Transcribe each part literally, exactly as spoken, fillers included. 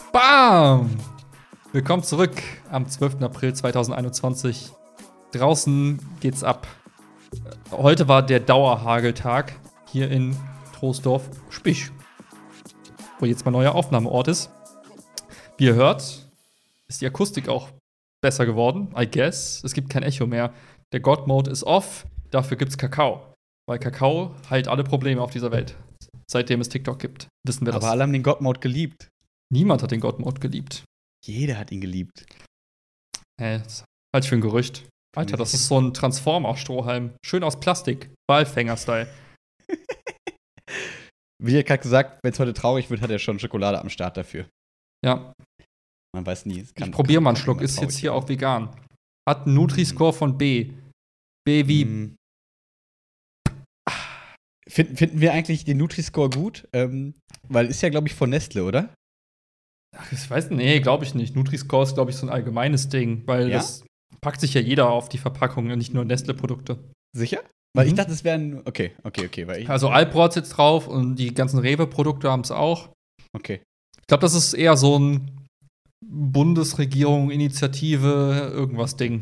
Bam! Willkommen zurück am zwölften April zweitausendeinundzwanzig. Draußen geht's ab. Heute war der Dauerhageltag hier in Troisdorf-Spisch, wo jetzt mein neuer Aufnahmeort ist. Wie ihr hört, ist die Akustik auch besser geworden, I guess. Es gibt kein Echo mehr. Der God-Mode ist off, dafür gibt's Kakao. Weil Kakao heilt alle Probleme auf dieser Welt. Seitdem es TikTok gibt, wissen wir das. Aber alle haben den God-Mode geliebt. Niemand hat den God-Mode geliebt. Jeder hat ihn geliebt. Hä, das halte ich für ein Gerücht. Alter, das ist so ein Transformer-Strohhalm. Schön aus Plastik. Ballfänger-Style. Wie er gerade gesagt, wenn es heute traurig wird, hat er schon Schokolade am Start dafür. Ja. Man weiß nie. Es kann, ich probiere mal einen kann Schluck. immer Ist jetzt hier werden. auch vegan. Hat einen Nutri-Score von B. B wie. Mm. Finden, finden wir eigentlich den Nutri-Score gut? Ähm, weil ist ja, glaube ich, von Nestle, oder? Ach, ich weiß nicht. Nee, glaube ich nicht. Nutri-Score ist, glaube ich, so ein allgemeines Ding. Weil Ja? das packt sich ja jeder auf die Verpackung, nicht nur Nestle-Produkte. Sicher? Weil Mhm. ich dachte, es wären. Okay, okay, okay. Weil ich, Also Alpro hat jetzt drauf und die ganzen Rewe-Produkte haben es auch. okay. Ich glaube, das ist eher so ein Bundesregierung, Initiative, irgendwas Ding.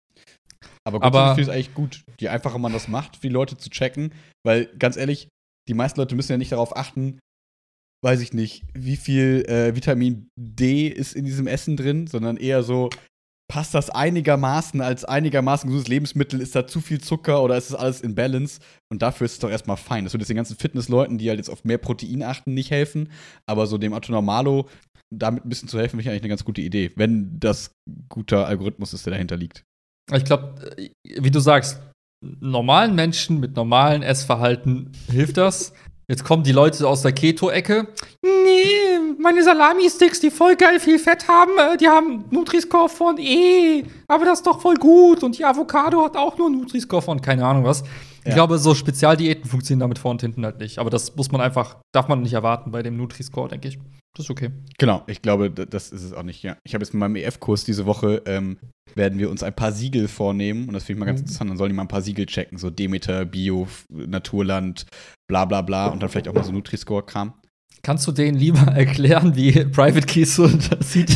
Aber Aber- gut, ist eigentlich gut, je einfacher man das macht, für die Leute zu checken. Weil, ganz ehrlich, die meisten Leute müssen ja nicht darauf achten, weiß ich nicht, wie viel äh, Vitamin D ist in diesem Essen drin, sondern eher so, passt das einigermaßen als einigermaßen gesundes Lebensmittel? Ist da zu viel Zucker oder ist das alles in Balance? Und dafür ist es doch erstmal fein. Das würde jetzt den ganzen Fitnessleuten, die halt jetzt auf mehr Protein achten, nicht helfen. Aber so dem Otto Normalo damit ein bisschen zu helfen, finde ich eigentlich eine ganz gute Idee. Wenn das guter Algorithmus ist, der dahinter liegt. Ich glaube, wie du sagst, normalen Menschen mit normalem Essverhalten hilft das. Jetzt kommen die Leute aus der Keto-Ecke. Nee, meine Salami-Sticks, die voll geil viel Fett haben, äh, die haben Nutri-Score von E. Aber das ist doch voll gut. Und die Avocado hat auch nur Nutri-Score von keine Ahnung was. Ich Ja. glaube, so Spezialdiäten funktionieren damit vor und hinten halt nicht. Aber das muss man einfach, darf man nicht erwarten bei dem Nutri-Score, denke ich. Das ist okay. Genau, ich glaube, d- das ist es auch nicht, ja. Ich habe jetzt mit meinem E F-Kurs diese Woche, ähm, werden wir uns ein paar Siegel vornehmen. Und das finde ich mal ganz Mhm. interessant. Dann sollen die mal ein paar Siegel checken. So Demeter, Bio, F- Naturland, bla bla bla. Und dann vielleicht auch mal so Nutri-Score-Kram. Kannst du denen lieber erklären, wie Private Keys so sieht?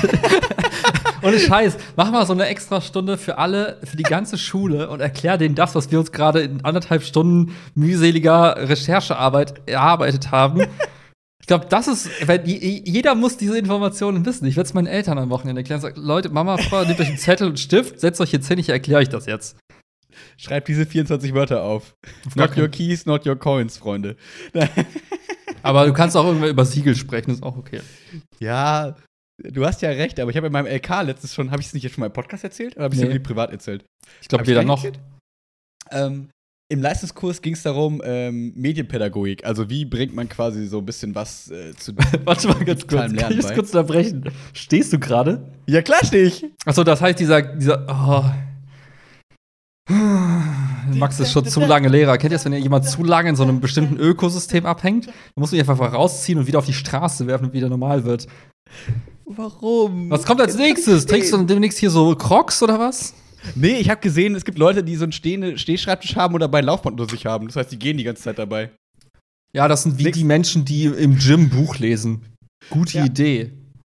Ohne Scheiß, mach mal so eine extra Stunde für alle, für die ganze Schule und erklär denen das, was wir uns gerade in anderthalb Stunden mühseliger Recherchearbeit erarbeitet haben. Ich glaube, das ist, weil j- jeder muss diese Informationen wissen. Ich werde es meinen Eltern am Wochenende erklären. Sag, Leute, Mama, Papa, nehmt euch einen Zettel und Stift, setzt euch jetzt hin, ich erkläre euch das jetzt. Schreibt diese vierundzwanzig Wörter auf. gar Not your keinen- keys, not your coins, Freunde. Aber du kannst auch irgendwann über Siegel sprechen, ist auch okay. Ja, du hast ja recht, aber ich habe in meinem L K letztes schon, habe ich es nicht jetzt schon mal im Podcast erzählt? Oder habe ich es Nee. dir privat erzählt? Ich glaube, Hab ich weder gleich noch. erzählt? Ähm, Im Leistungskurs ging es darum, ähm, Medienpädagogik. Also, wie bringt man quasi so ein bisschen was äh, zu. Warte mal ganz kurz, Digitalem kann ich das Lernen kurz unterbrechen? Stehst du gerade? Ja, klar stehe ich. Achso, das heißt, dieser, dieser, oh. Max ist schon zu lange Lehrer. Kennt ihr das, wenn jemand zu lange in so einem bestimmten Ökosystem abhängt? Dann muss man ihn einfach mal rausziehen und wieder auf die Straße werfen und wieder normal wird. Warum? Was kommt als nächstes? Trägst du demnächst hier so Crocs oder was? Nee, ich habe gesehen, es gibt Leute, die so einen stehende Stehschreibtisch haben oder bei Laufband unter sich haben. Das heißt, die gehen die ganze Zeit dabei. Ja, das sind wie Nix. die Menschen, die im Gym Buch lesen. Gute Ja. Idee.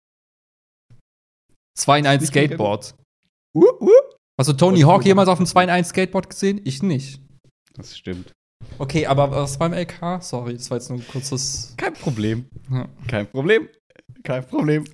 zwei in eins Nicht mega Skateboard. Uh, uh. Hast du Tony Das Hawk ist jemals auf dem zwei in eins Skateboard gesehen? Ich nicht. Das stimmt. Okay, aber was beim L K? Sorry, das war jetzt nur ein kurzes. Kein Problem. Ja. Kein Problem. Kein Problem.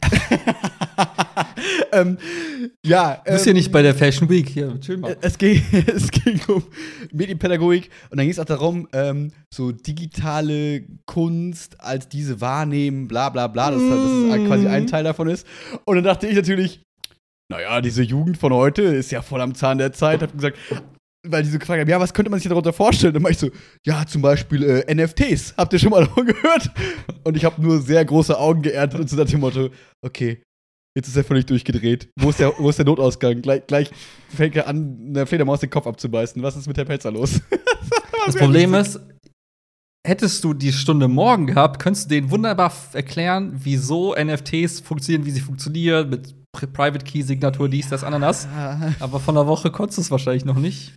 ähm, ja. Du bist hier nicht bei der Fashion Week. Hier, chill mal. Es ging, es ging um Medienpädagogik und dann ging es auch darum, ähm, so digitale Kunst als diese wahrnehmen, bla bla bla, dass das ist quasi ein Teil davon ist. Und dann dachte ich natürlich, naja, diese Jugend von heute ist ja voll am Zahn der Zeit. Hab gesagt, weil die so gefragt haben, ja, was könnte man sich darunter vorstellen? Dann mach ich so, ja, zum Beispiel äh, N F Ts. Habt ihr schon mal davon gehört? Und ich habe nur sehr große Augen geerntet und so nach dem Motto, okay, jetzt ist er völlig durchgedreht. Wo ist der, wo ist der Notausgang? Gleich, gleich fängt er an, einer Fledermaus den Kopf abzubeißen. Was ist mit der Pelzer los? Das Problem ist, hättest du die Stunde morgen gehabt, könntest du denen wunderbar f- erklären, wieso N F Ts funktionieren, wie sie funktionieren, mit Pri- Private Key Signatur, dies, das, Ananas. Aber von der Woche konntest du es wahrscheinlich noch nicht.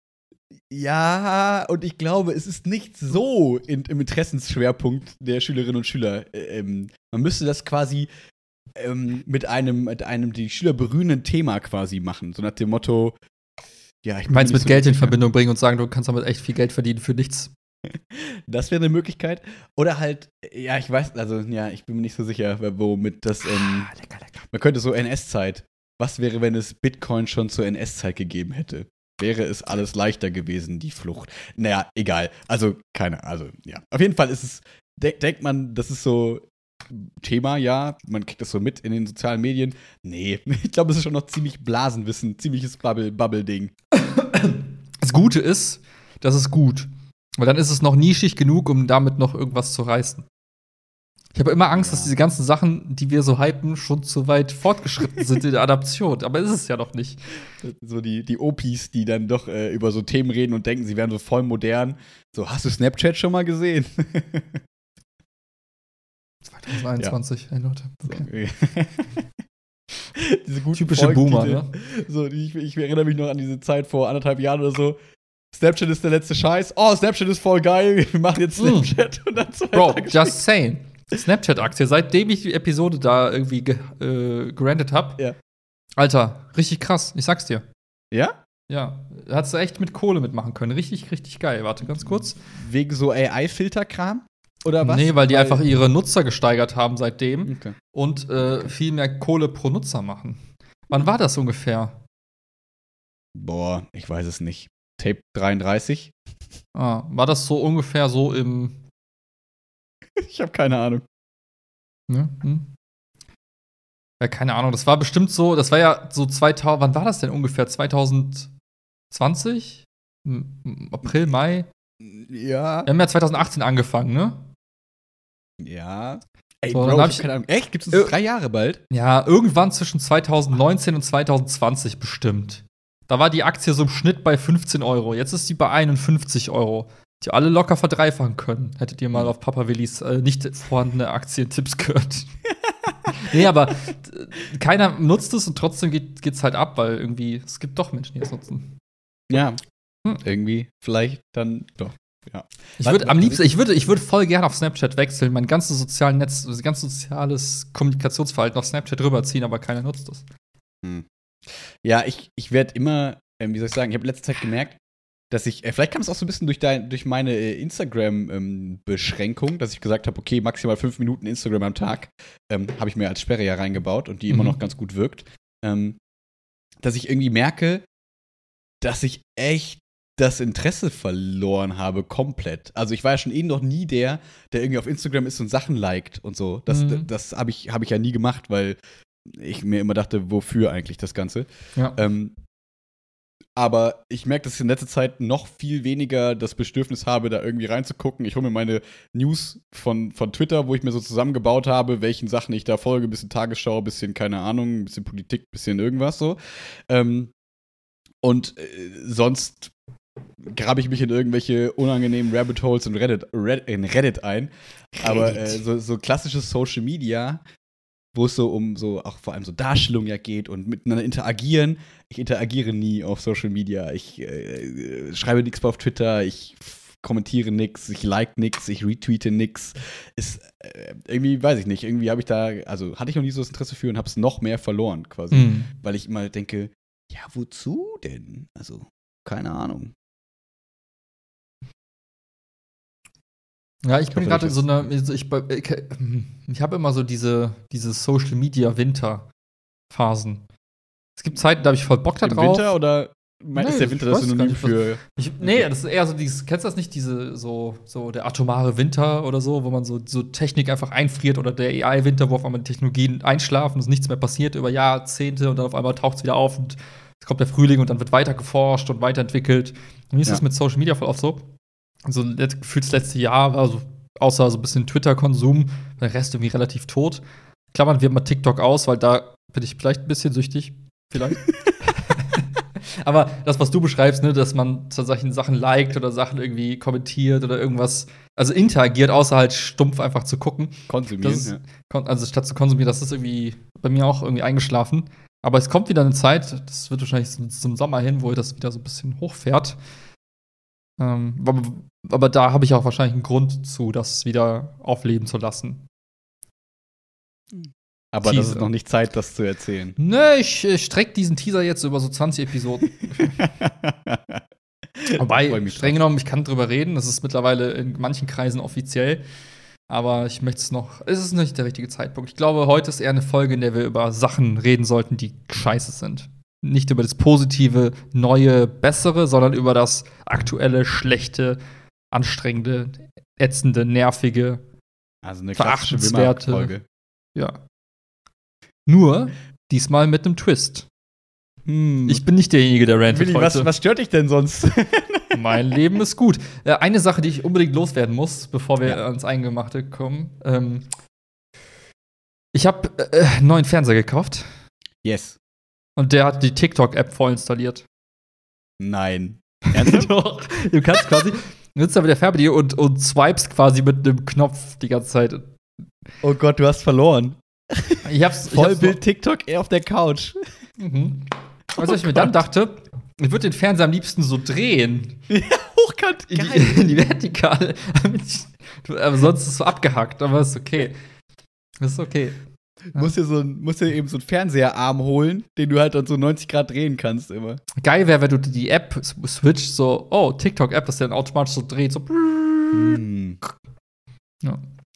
Ja, und ich glaube, es ist nicht so in, im Interessensschwerpunkt der Schülerinnen und Schüler. Ähm, man müsste das quasi ähm, mit einem, mit einem die Schüler berührenden Thema quasi machen. So nach dem Motto, ja, ich Du meinst bin mit nicht so Geld in sicher. Verbindung bringen und sagen, du kannst damit echt viel Geld verdienen für nichts. Das wäre eine Möglichkeit. Oder halt, ja, ich weiß, also, ja, ich bin mir nicht so sicher, womit das, ähm, Ah, lecker, lecker. man könnte so N S-Zeit. Was wäre, wenn es Bitcoin schon zur N S-Zeit gegeben hätte? Wäre es alles leichter gewesen, die Flucht? Naja, egal. Also, keine, also, ja. Auf jeden Fall ist es, de- denkt man, das ist so Thema, ja. Man kriegt das so mit in den sozialen Medien. Nee, ich glaube, es ist schon noch ziemlich Blasenwissen, ziemliches Bubble- Bubble-Ding. Das Gute ist, das ist gut. Weil dann ist es noch nischig genug, um damit noch irgendwas zu reißen. Ich habe immer Angst, Ja. dass diese ganzen Sachen, die wir so hypen, schon zu weit fortgeschritten sind in der Adaption. Aber ist es ja noch nicht. So die, die O Pis, die dann doch äh, über so Themen reden und denken, sie wären so voll modern. So, hast du Snapchat schon mal gesehen? zwanzig einundzwanzig, ey Leute. Okay. Diese guten Typische Folgen, Boomer, die, ne? So, ich, ich erinnere mich noch an diese Zeit vor anderthalb Jahren oder so. Snapchat ist der letzte Scheiß. Oh, Snapchat ist voll geil. Wir machen jetzt Snapchat. Mm. Und dann zwei Bro, Tage just saying. Snapchat-Aktie, seitdem ich die Episode da irgendwie ge äh, gerantet habe. Ja. Alter, richtig krass. Ich sag's dir. Ja? Ja, hat's echt mit Kohle mitmachen können. Richtig, richtig geil. Warte ganz kurz. Wegen so A I-Filterkram? Oder was? Nee, weil die einfach ihre Nutzer gesteigert haben seitdem Okay. und äh, viel mehr Kohle pro Nutzer machen. Wann war das ungefähr? Boah, ich weiß es nicht. Tape dreiunddreißig? Ah, war das so ungefähr so im Ich habe keine Ahnung. Ne? Hm? Ja, keine Ahnung. Das war bestimmt so, das war ja so zweitausend, wann war das denn ungefähr? zwanzig zwanzig? M April, Mai? Ja. Wir haben ja zwanzig achtzehn angefangen, ne? Ja. Ey, So, Bro, dann ich hab hab ich- keine Ahnung. Echt? Gibt es Äh, drei Jahre bald? Ja, irgendwann zwischen zwanzig neunzehn und zwanzig zwanzig bestimmt. Da war die Aktie so im Schnitt bei fünfzehn Euro. Jetzt ist sie bei einundfünfzig Euro. Die alle locker verdreifachen können. Hättet ihr mal auf Papa Willis äh, nicht vorhandene Aktientipps gehört. Nee, aber äh, keiner nutzt es und trotzdem geht, geht's halt ab, weil irgendwie es gibt doch Menschen, die es nutzen. Ja. Hm. Irgendwie, vielleicht dann doch. Ja. Ich Was- würde am was- liebsten, ich würde, ich würde voll gerne auf Snapchat wechseln, mein ganzes soziales Netz, mein ganzes soziales Kommunikationsverhalten auf Snapchat rüberziehen, aber keiner nutzt es. Hm. Ja, ich, ich werde immer, ähm, wie soll ich sagen, ich habe in letzter Zeit gemerkt, dass ich, äh, vielleicht kam es auch so ein bisschen durch, dein, durch meine äh, Instagram-Beschränkung, dass ich gesagt habe, okay, maximal fünf Minuten Instagram am Tag, ähm, habe ich mir als Sperre ja reingebaut und die immer Mhm. noch ganz gut wirkt. Ähm, dass ich irgendwie merke, dass ich echt das Interesse verloren habe, komplett. Also ich war ja schon eh noch nie der, der irgendwie auf Instagram ist und Sachen liked und so. Das, Mhm. das habe ich, hab ich ja nie gemacht, weil ich mir immer dachte, wofür eigentlich das Ganze? Ja. Ähm, aber ich merke, dass ich in letzter Zeit noch viel weniger das Bedürfnis habe, da irgendwie reinzugucken. Ich hole mir meine News von, von Twitter, wo ich mir so zusammengebaut habe, welchen Sachen ich da folge. Bisschen Tagesschau, bisschen, keine Ahnung, bisschen Politik, bisschen irgendwas so. Ähm, und äh, sonst grabe ich mich in irgendwelche unangenehmen Rabbit Holes in Reddit, Reddit, in Reddit ein. Aber äh, so, so klassisches Social Media, wo es so um so auch vor allem so Darstellung ja geht und miteinander interagieren. Ich interagiere nie auf Social Media. Ich äh, schreibe nichts auf Twitter, ich f- kommentiere nichts, ich like nichts, ich retweete nichts. Ist äh, irgendwie, weiß ich nicht, irgendwie habe ich da, also hatte ich noch nie so das Interesse für und habe es noch mehr verloren quasi. Mhm. Weil ich immer denke, ja, wozu denn? Also, keine Ahnung. Ja, ich Ich bin hoffe, gerade das so eine, also ich, ich, ich habe immer so diese, diese Social Media Winter-Phasen. Es gibt Zeiten, da habe ich voll Bock da Im drauf. Winter oder mein, Nee, ist der ich Winter das weiß gar Synonym nicht, was- für. Ich, nee, das ist eher so dieses, kennst du das nicht, diese, so, so der atomare Winter oder so, wo man so, so Technik einfach einfriert oder der A I-Winter, wo auf einmal die Technologien einschlafen, es nichts mehr passiert über Jahrzehnte und dann auf einmal taucht es wieder auf und es kommt der Frühling und dann wird weiter geforscht und weiterentwickelt. Und mir ist Ja. das mit Social Media voll oft so. Also let- gefühlt das letzte Jahr, also außer so ein bisschen Twitter-Konsum, der Rest irgendwie relativ tot. Klammern wir mal TikTok aus, weil da bin ich vielleicht ein bisschen süchtig. Vielleicht. Aber das, was du beschreibst, ne, dass man zu solchen Sachen liked oder Sachen irgendwie kommentiert oder irgendwas, also interagiert, außer halt stumpf einfach zu gucken. Konsumieren. Das ist, ja. kon- also statt zu konsumieren, das ist irgendwie bei mir auch irgendwie eingeschlafen. Aber es kommt wieder eine Zeit, das wird wahrscheinlich zum, zum Sommer hin, wo das wieder so ein bisschen hochfährt. Ähm, aber, aber da habe ich auch wahrscheinlich einen Grund zu, das wieder aufleben zu lassen. Aber Teaser. das ist noch nicht Zeit, das zu erzählen. Ne, ich äh, strecke diesen Teaser jetzt über so zwanzig Episoden. Wobei, streng genommen, ich kann drüber reden. Das ist mittlerweile in manchen Kreisen offiziell. Aber ich möchte es noch. Es ist nicht der richtige Zeitpunkt. Ich glaube, heute ist eher eine Folge, in der wir über Sachen reden sollten, die scheiße sind. Nicht über das positive, neue, bessere, sondern über das aktuelle, schlechte, anstrengende, ätzende, nervige, also eine klassische verachtenswerte Folge. Ja. Nur diesmal mit einem Twist. Hm. Ich bin nicht derjenige, der rantet Willi, heute. was, was stört dich denn sonst? Mein Leben ist gut. Äh, eine Sache, die ich unbedingt loswerden muss, bevor wir Ja. ans Eingemachte kommen. Ähm, ich habe äh, einen neuen Fernseher gekauft Yes. und der hat die TikTok-App vorinstalliert. Nein. Doch. Du kannst quasi, du sitzt da mit der Fernbedienung und, und swipest quasi mit einem Knopf die ganze Zeit. Oh Gott, du hast verloren. Ich hab's, ich Vollbild TikTok eher auf der Couch. Mhm. Weißt du, was ich mir dann dachte? Ich würde den Fernseher am liebsten so drehen. Ja, hochkant. In die, in die Vertikale. Damit ich- du- aber sonst ist es so abgehackt, aber ist okay. Das ist okay. Musst dir so ein, musst dir eben so einen Fernseherarm holen, den du halt dann so neunzig Grad drehen kannst immer. Geil wäre, wenn du die App switcht, so, oh, TikTok-App, dass der dann automatisch so dreht, so. Hm. Ja.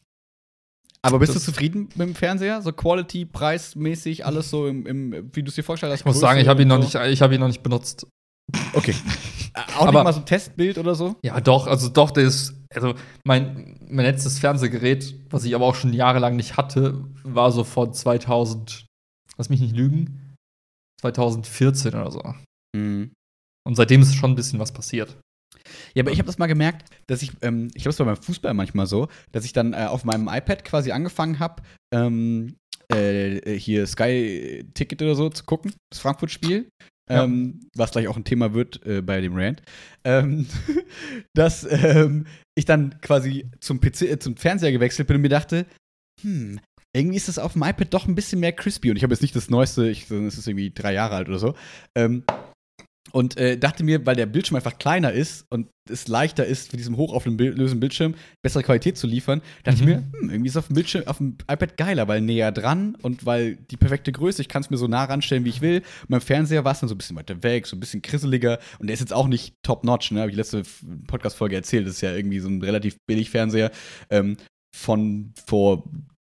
Aber bist Das- du zufrieden mit dem Fernseher? So Quality, preismäßig, alles so im, im wie du es dir vorgestellt hast? Ich muss Größe sagen, ich habe ihn noch und nicht, so? ich habe ihn noch nicht benutzt. Okay. Äh, Auch Aber- nicht mal so ein Testbild oder so? Ja, doch, also doch, der ist, also mein, mein letztes Fernsehgerät, was ich aber auch schon jahrelang nicht hatte, war so von zweitausend, lass mich nicht lügen, zweitausendvierzehn oder so. Mhm. Und seitdem ist schon ein bisschen was passiert. Ja, aber ich habe das mal gemerkt, dass ich, ähm, ich glaube, es war beim Fußball manchmal so, dass ich dann äh, auf meinem iPad quasi angefangen habe, ähm, äh, hier Sky Ticket oder so zu gucken, das Frankfurt-Spiel. Ja. Ähm, was gleich auch ein Thema wird äh, bei dem Rant. Ähm, dass ähm, ich dann quasi zum P C, äh, zum Fernseher gewechselt bin und mir dachte, hm, irgendwie ist das auf dem iPad doch ein bisschen mehr crispy. Und ich habe jetzt nicht das Neueste, ich, es ist irgendwie drei Jahre alt oder so. Ähm, und äh, dachte mir, weil der Bildschirm einfach kleiner ist und es leichter ist, für diesem hochauflösenden Bildschirm bessere Qualität zu liefern, dachte Mhm. ich mir, hm, irgendwie ist auf dem Bildschirm, auf dem iPad geiler, weil näher dran und weil die perfekte Größe, ich kann es mir so nah ranstellen, wie ich will. Und beim Fernseher war es dann so ein bisschen weiter weg, so ein bisschen krisseliger und der ist jetzt auch nicht top-notch, ne? Habe ich letzte F- Podcast-Folge erzählt, das ist ja irgendwie so ein relativ billig Fernseher ähm, von vor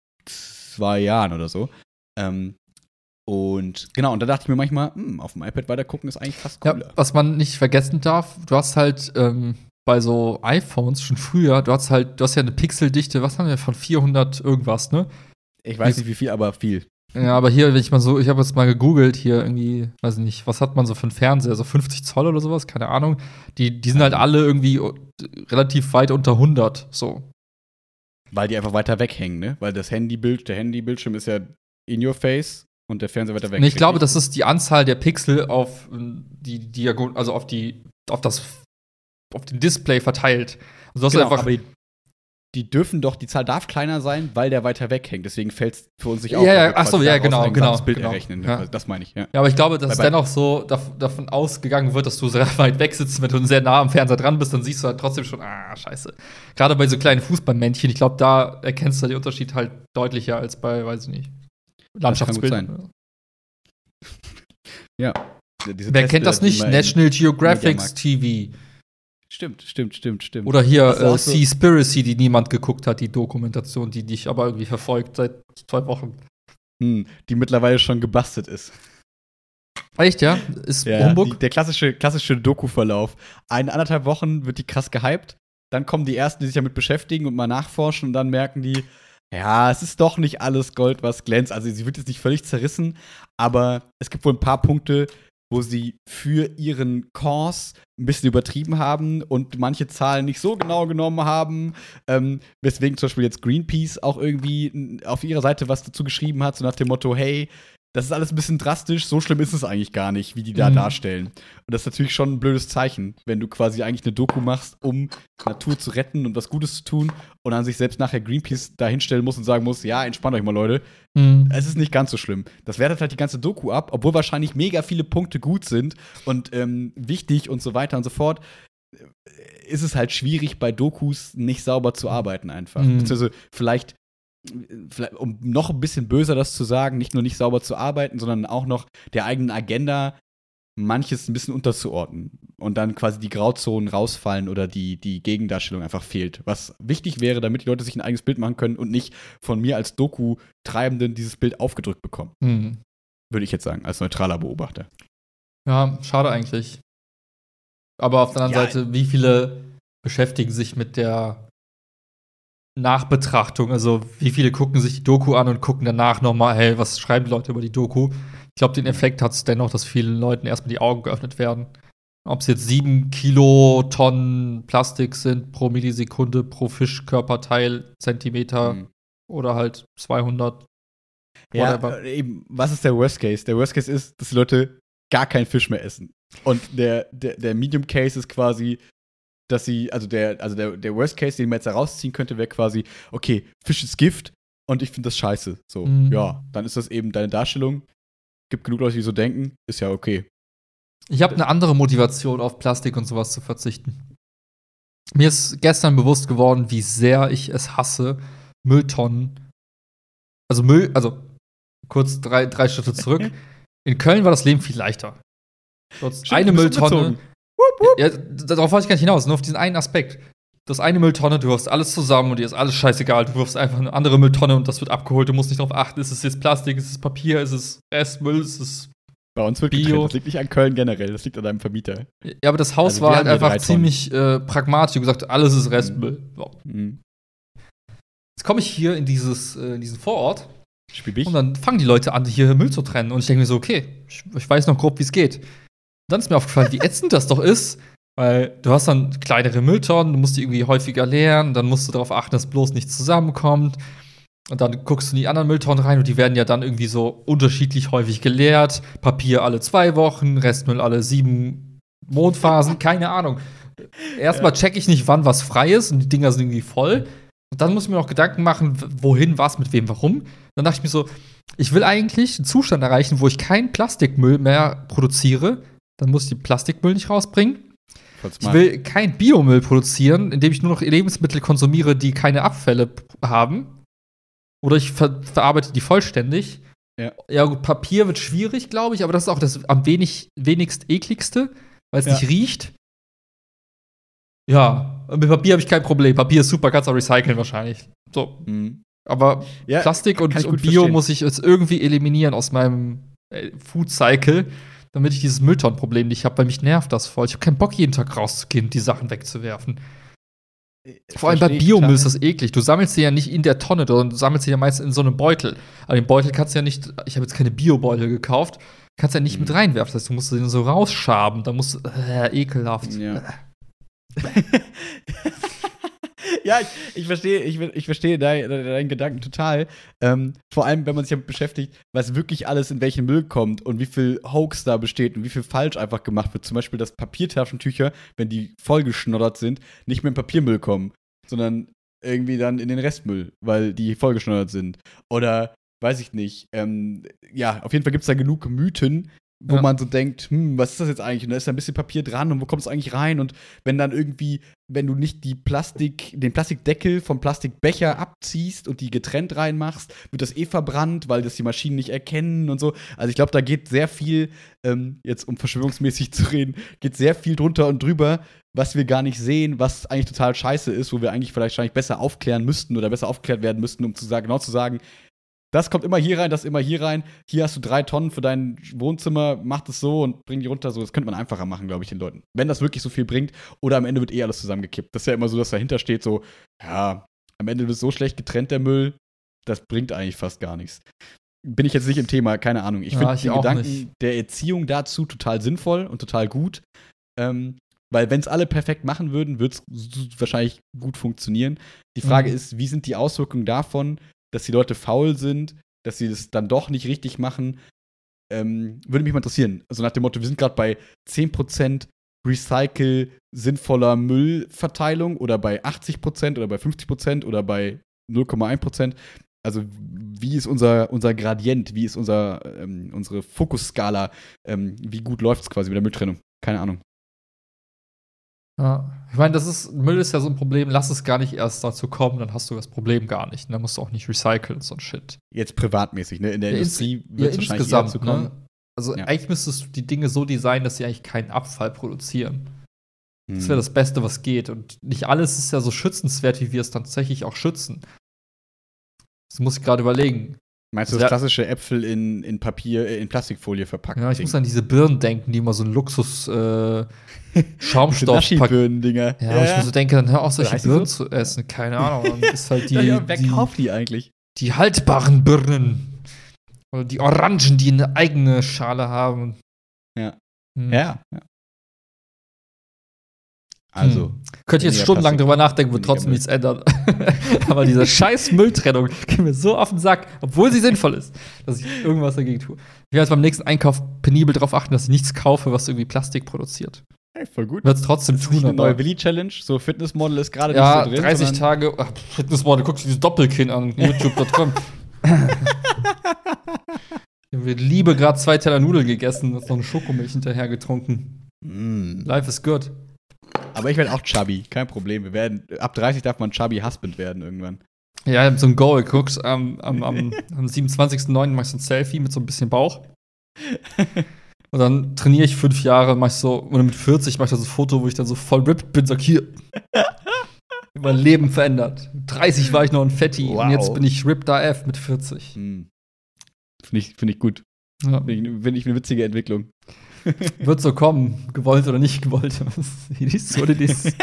zwei Jahren oder so. Ähm, und genau, und da dachte ich mir manchmal, hm, auf dem iPad weiter gucken ist eigentlich fast cooler. Ja, was man nicht vergessen darf, du hast halt ähm, bei so iPhones schon früher, du hast halt, du hast ja eine Pixeldichte, was haben wir von vierhundert irgendwas, ne? Ich weiß nicht wie viel, aber viel. Ja, aber hier, wenn ich mal so, ich habe jetzt mal gegoogelt, hier irgendwie, weiß ich nicht, was hat man so für einen Fernseher, so fünfzig Zoll oder sowas, keine Ahnung. Die, die sind halt alle irgendwie äh, relativ weit unter hundert, so. Weil die einfach weiter weghängen, ne? Weil das Handybild, der Handybildschirm ist ja in your face und der Fernseher weiter weg. Und ich glaube, richtig? das ist die Anzahl der Pixel auf ähm, die Diagon, also auf die, auf das, auf den Display verteilt. Also du hast genau, einfach, aber die, die dürfen doch, die Zahl darf kleiner sein, weil der weiter weghängt. Deswegen fällt es für uns nicht Ja, auf. ja, weil wir ach so, quasi ja, daraus genau, ein genau, gesamtes Bild genau. errechnen. Ja. Das meine ich, ja. ja, aber ich glaube, dass Bei- bei- dennoch so dav davon ausgegangen wird, dass du sehr weit weg sitzt, wenn du sehr nah am Fernseher dran bist, dann siehst du halt trotzdem schon, ah, scheiße. Gerade bei so kleinen Fußballmännchen, ich glaube, da erkennst du den Unterschied halt deutlicher als bei, weiß ich nicht, Landschaftsbildern. sein. Ja. Diese Wer Testbilder, kennt das die nicht? man- National Geographic Mediamarkt. T V. Stimmt, stimmt, stimmt, stimmt. Oder hier Hast du äh, auch so- Seaspiracy, die niemand geguckt hat, die Dokumentation, die dich aber irgendwie verfolgt seit zwei Wochen. hm, die mittlerweile schon gebastelt ist. Echt, ja? Ist Ja, Humbug? die, der klassische, klassische Doku-Verlauf. Eine, anderthalb Wochen wird die krass gehypt. Dann kommen die ersten, die sich damit beschäftigen und mal nachforschen und dann merken die, ja, es ist doch nicht alles Gold, was glänzt. Also sie wird jetzt nicht völlig zerrissen, aber es gibt wohl ein paar Punkte, wo sie für ihren Kurs ein bisschen übertrieben haben und manche Zahlen nicht so genau genommen haben. Ähm, weswegen zum Beispiel jetzt Greenpeace auch irgendwie n- auf ihrer Seite was dazu geschrieben hat, so nach dem Motto, hey, das ist alles ein bisschen drastisch, so schlimm ist es eigentlich gar nicht, wie die da Mhm. darstellen. Und das ist natürlich schon ein blödes Zeichen, wenn du quasi eigentlich eine Doku machst, um Natur zu retten und was Gutes zu tun und dann sich selbst nachher Greenpeace da hinstellen muss und sagen muss, ja, entspannt euch mal, Leute, Mhm. es ist nicht ganz so schlimm. Das wertet halt die ganze Doku ab, obwohl wahrscheinlich mega viele Punkte gut sind und ähm, wichtig und so weiter und so fort. Ist es halt schwierig, bei Dokus nicht sauber zu arbeiten einfach. Mhm. Beziehungsweise vielleicht vielleicht, um noch ein bisschen böser das zu sagen, nicht nur nicht sauber zu arbeiten, sondern auch noch der eigenen Agenda manches ein bisschen unterzuordnen und dann quasi die Grauzonen rausfallen oder die, die Gegendarstellung einfach fehlt. Was wichtig wäre, damit die Leute sich ein eigenes Bild machen können und nicht von mir als Doku-Treibenden dieses Bild aufgedrückt bekommen. Mhm. Würde ich jetzt sagen, als neutraler Beobachter. Ja, schade eigentlich. Aber auf der anderen Ja. Seite, wie viele beschäftigen sich mit der Nachbetrachtung? Also, wie viele gucken sich die Doku an und gucken danach nochmal, hey, was schreiben die Leute über die Doku? Ich glaube, den Effekt hat es dennoch, dass vielen Leuten erstmal die Augen geöffnet werden. Ob es jetzt sieben Kilotonnen Plastik sind pro Millisekunde, pro Fischkörperteil, Zentimeter Mhm. oder halt zweihundert. Ja, Whatever. äh, eben, was ist der Worst Case? Der Worst Case ist, dass die Leute gar keinen Fisch mehr essen. Und der, der, der Medium Case ist quasi, dass sie, also der, also der, der Worst Case, den man jetzt herausziehen könnte, wäre quasi, okay, Fisch ist Gift und ich finde das scheiße. So, Mhm. ja, dann ist das eben deine Darstellung. Gibt genug Leute, die so denken, ist ja okay. Ich habe eine andere Motivation, auf Plastik und sowas zu verzichten. Mir ist gestern bewusst geworden, wie sehr ich es hasse, Mülltonnen. Also Müll, also kurz drei, drei Schritte zurück. In Köln war das Leben viel leichter. Du hast Stimmt, eine du bist Mülltonne. umgezogen. Ja, darauf wollte ich gar nicht hinaus, nur auf diesen einen Aspekt. Du hast eine Mülltonne, du wirfst alles zusammen und dir ist alles scheißegal. Du wirfst einfach eine andere Mülltonne und das wird abgeholt. Du musst nicht darauf achten, ist es jetzt Plastik, ist es Papier, ist es Restmüll, ist es Bei uns wird Bio. getrennt. Das liegt nicht an Köln generell, das liegt an deinem Vermieter. Ja, aber das Haus Also wir war haben halt hier einfach drei Tonnen. ziemlich äh, pragmatisch und gesagt, alles ist Restmüll. So. Mhm. Jetzt komme ich hier in, dieses, äh, in diesen Vorort Spiel ich. und dann fangen die Leute an, hier Müll zu trennen. Und ich denke mir so, okay, ich, ich weiß noch grob, wie es geht. Und dann ist mir aufgefallen, wie ätzend das doch ist, weil du hast dann kleinere Mülltonnen, du musst die irgendwie häufiger leeren, dann musst du darauf achten, dass bloß nichts zusammenkommt. Und dann guckst du in die anderen Mülltonnen rein und die werden ja dann irgendwie so unterschiedlich häufig geleert. Papier alle zwei Wochen, Restmüll alle sieben Mondphasen, keine Ahnung. Erstmal check ich nicht, wann was frei ist und die Dinger sind irgendwie voll. Und dann muss ich mir noch Gedanken machen, w- wohin, was, mit wem, warum. Dann dachte ich mir so, ich will eigentlich einen Zustand erreichen, wo ich keinen Plastikmüll mehr produziere. Dann muss ich den Plastikmüll nicht rausbringen. Ich will kein Biomüll produzieren, indem ich nur noch Lebensmittel konsumiere, die keine Abfälle p- haben. Oder ich ver verarbeite die vollständig. Ja. Ja, gut, Papier wird schwierig, glaube ich, aber das ist auch das am wenig, wenigst ekligste, weil es Ja. nicht riecht. Ja, mit Papier habe ich kein Problem. Papier ist super, kannst du auch recyceln wahrscheinlich. So. Mhm. Aber Ja, Plastik und, kann ich und gut Bio verstehen. muss ich jetzt irgendwie eliminieren aus meinem äh, Food Cycle, damit ich dieses Mülltonnenproblem nicht habe, weil mich nervt das voll. Ich habe keinen Bock, jeden Tag rauszugehen und die Sachen wegzuwerfen. Vor allem bei Versteh ich Biomüll total. ist das eklig. Du sammelst sie ja nicht in der Tonne, sondern du sammelst sie ja meist in so einem Beutel. Aber den Beutel kannst du ja nicht, ich habe jetzt keine Biobeutel gekauft, kannst du ja nicht Mhm. mit reinwerfen. Das heißt, du musst den so rausschaben. Da musst du, äh, ekelhaft. Ja. Ja, ich, ich verstehe ich, ich verstehe dein, deinen Gedanken total. Ähm, vor allem, wenn man sich damit beschäftigt, was wirklich alles in welchen Müll kommt und wie viel Hoax da besteht und wie viel falsch einfach gemacht wird. Zum Beispiel, dass Papiertaschentücher, wenn die vollgeschnoddert sind, nicht mehr in Papiermüll kommen, sondern irgendwie dann in den Restmüll, weil die vollgeschnoddert sind. Oder, weiß ich nicht, ähm, ja, auf jeden Fall gibt es da genug Mythen, wo Ja. man so denkt, hm, was ist das jetzt eigentlich? Und da ist da ein bisschen Papier dran und wo kommt es eigentlich rein? Und wenn dann irgendwie, wenn du nicht die Plastik, den Plastikdeckel vom Plastikbecher abziehst und die getrennt reinmachst, wird das eh verbrannt, weil das die Maschinen nicht erkennen und so. Also ich glaube, da geht sehr viel, ähm, jetzt um verschwörungsmäßig zu reden, geht sehr viel drunter und drüber, was wir gar nicht sehen, was eigentlich total scheiße ist, wo wir eigentlich vielleicht wahrscheinlich besser aufklären müssten oder besser aufgeklärt werden müssten, um zu sagen, genau zu sagen, das kommt immer hier rein, das immer hier rein. Hier hast du drei Tonnen für dein Wohnzimmer, mach das so und bring die runter. So, das könnte man einfacher machen, glaube ich, den Leuten. Wenn das wirklich so viel bringt. Oder am Ende wird eh alles zusammengekippt. Das ist ja immer so, dass dahinter steht so, ja, am Ende wird so schlecht getrennt, der Müll, das bringt eigentlich fast gar nichts. Bin ich jetzt nicht im Thema, keine Ahnung. Ich Ja, finde ich den auch Gedanken nicht. der Erziehung dazu total sinnvoll und total gut. Ähm, weil wenn es alle perfekt machen würden, würde es wahrscheinlich gut funktionieren. Die Frage Mhm. ist, wie sind die Auswirkungen davon, dass die Leute faul sind, dass sie das dann doch nicht richtig machen? Ähm, würde mich mal interessieren. Also nach dem Motto, wir sind gerade bei zehn Prozent Recycle sinnvoller Müllverteilung oder bei achtzig Prozent oder bei fünfzig Prozent oder bei null Komma eins Prozent. Also wie ist unser, unser Gradient, wie ist unser, ähm, unsere Fokusskala, ähm, wie gut läuft es quasi mit der Mülltrennung? Keine Ahnung. Ja. Ich meine, das ist, Müll ist ja so ein Problem, lass es gar nicht erst dazu kommen, dann hast du das Problem gar nicht. Dann musst du auch nicht recyceln, so ein Shit. Jetzt privatmäßig, ne? In der Ja, Industrie ins- wird ja, es wahrscheinlich eher insgesamt, dazu kommen. ne? Also Ja. eigentlich müsstest du die Dinge so designen, dass sie eigentlich keinen Abfall produzieren. Das Hm. wäre das Beste, was geht. Und nicht alles ist ja so schützenswert, wie wir es tatsächlich auch schützen. Das muss ich gerade überlegen. Meinst du Ja. das klassische Äpfel in, in Papier, äh, in Plastikfolie verpackt? Ja, ich Ding? muss an diese Birnen denken, die immer so einen Luxus äh, Diese Schaumstoff packen. Naschi-Birnen-Dinger. Ja, und ich mir so denke, dann hör auf, solche heißt die Birnen so? zu essen. Keine Ahnung. Dann ist halt die, Ja, ja, wer die, kauft die eigentlich? die haltbaren Birnen. Oder die Orangen, die eine eigene Schale haben. Ja. Hm. Ja. ja. Also, Hm. Könnte ich jetzt weniger stundenlang Plastik, drüber nachdenken, wird weniger trotzdem Müll. nichts ändern. Aber diese scheiß Mülltrennung geht mir so auf den Sack, obwohl sie sinnvoll ist, dass ich irgendwas dagegen tue. Ich werde jetzt beim nächsten Einkauf penibel darauf achten, dass ich nichts kaufe, was irgendwie Plastik produziert. hey, voll gut. Wird es trotzdem Das ist nicht tun, eine neue aber Willi-Challenge. So, Fitnessmodel ist gerade ja, nicht so drin. dreißig sondern- Tage, ach, Fitnessmodel, guckst du dieses Doppelkinn an, youtube punkt com. Ich habe Liebe gerade zwei Teller Nudeln gegessen und noch eine Schokomilch hinterher getrunken. Mm. Life is good. Aber ich werde auch chubby, kein Problem. Wir werden, ab dreißig darf man chubby Husband werden irgendwann. Ja, ich hab so ein Goal geguckt. Am, am, am, am siebenundzwanzigsten neunten mache ich so ein Selfie mit so ein bisschen Bauch. Und dann trainiere ich fünf Jahre, mache ich so, oder mit vierzig mache ich da so ein Foto, wo ich dann so voll ripped bin, sag hier. Mein Leben verändert. Mit dreißig war ich noch ein Fetti Wow. und jetzt bin ich ripped A F mit vierzig. Mm. Finde ich, find ich gut. Ja. Finde ich, find ich eine witzige Entwicklung. Wird so kommen, gewollt oder nicht gewollt. It is what it is.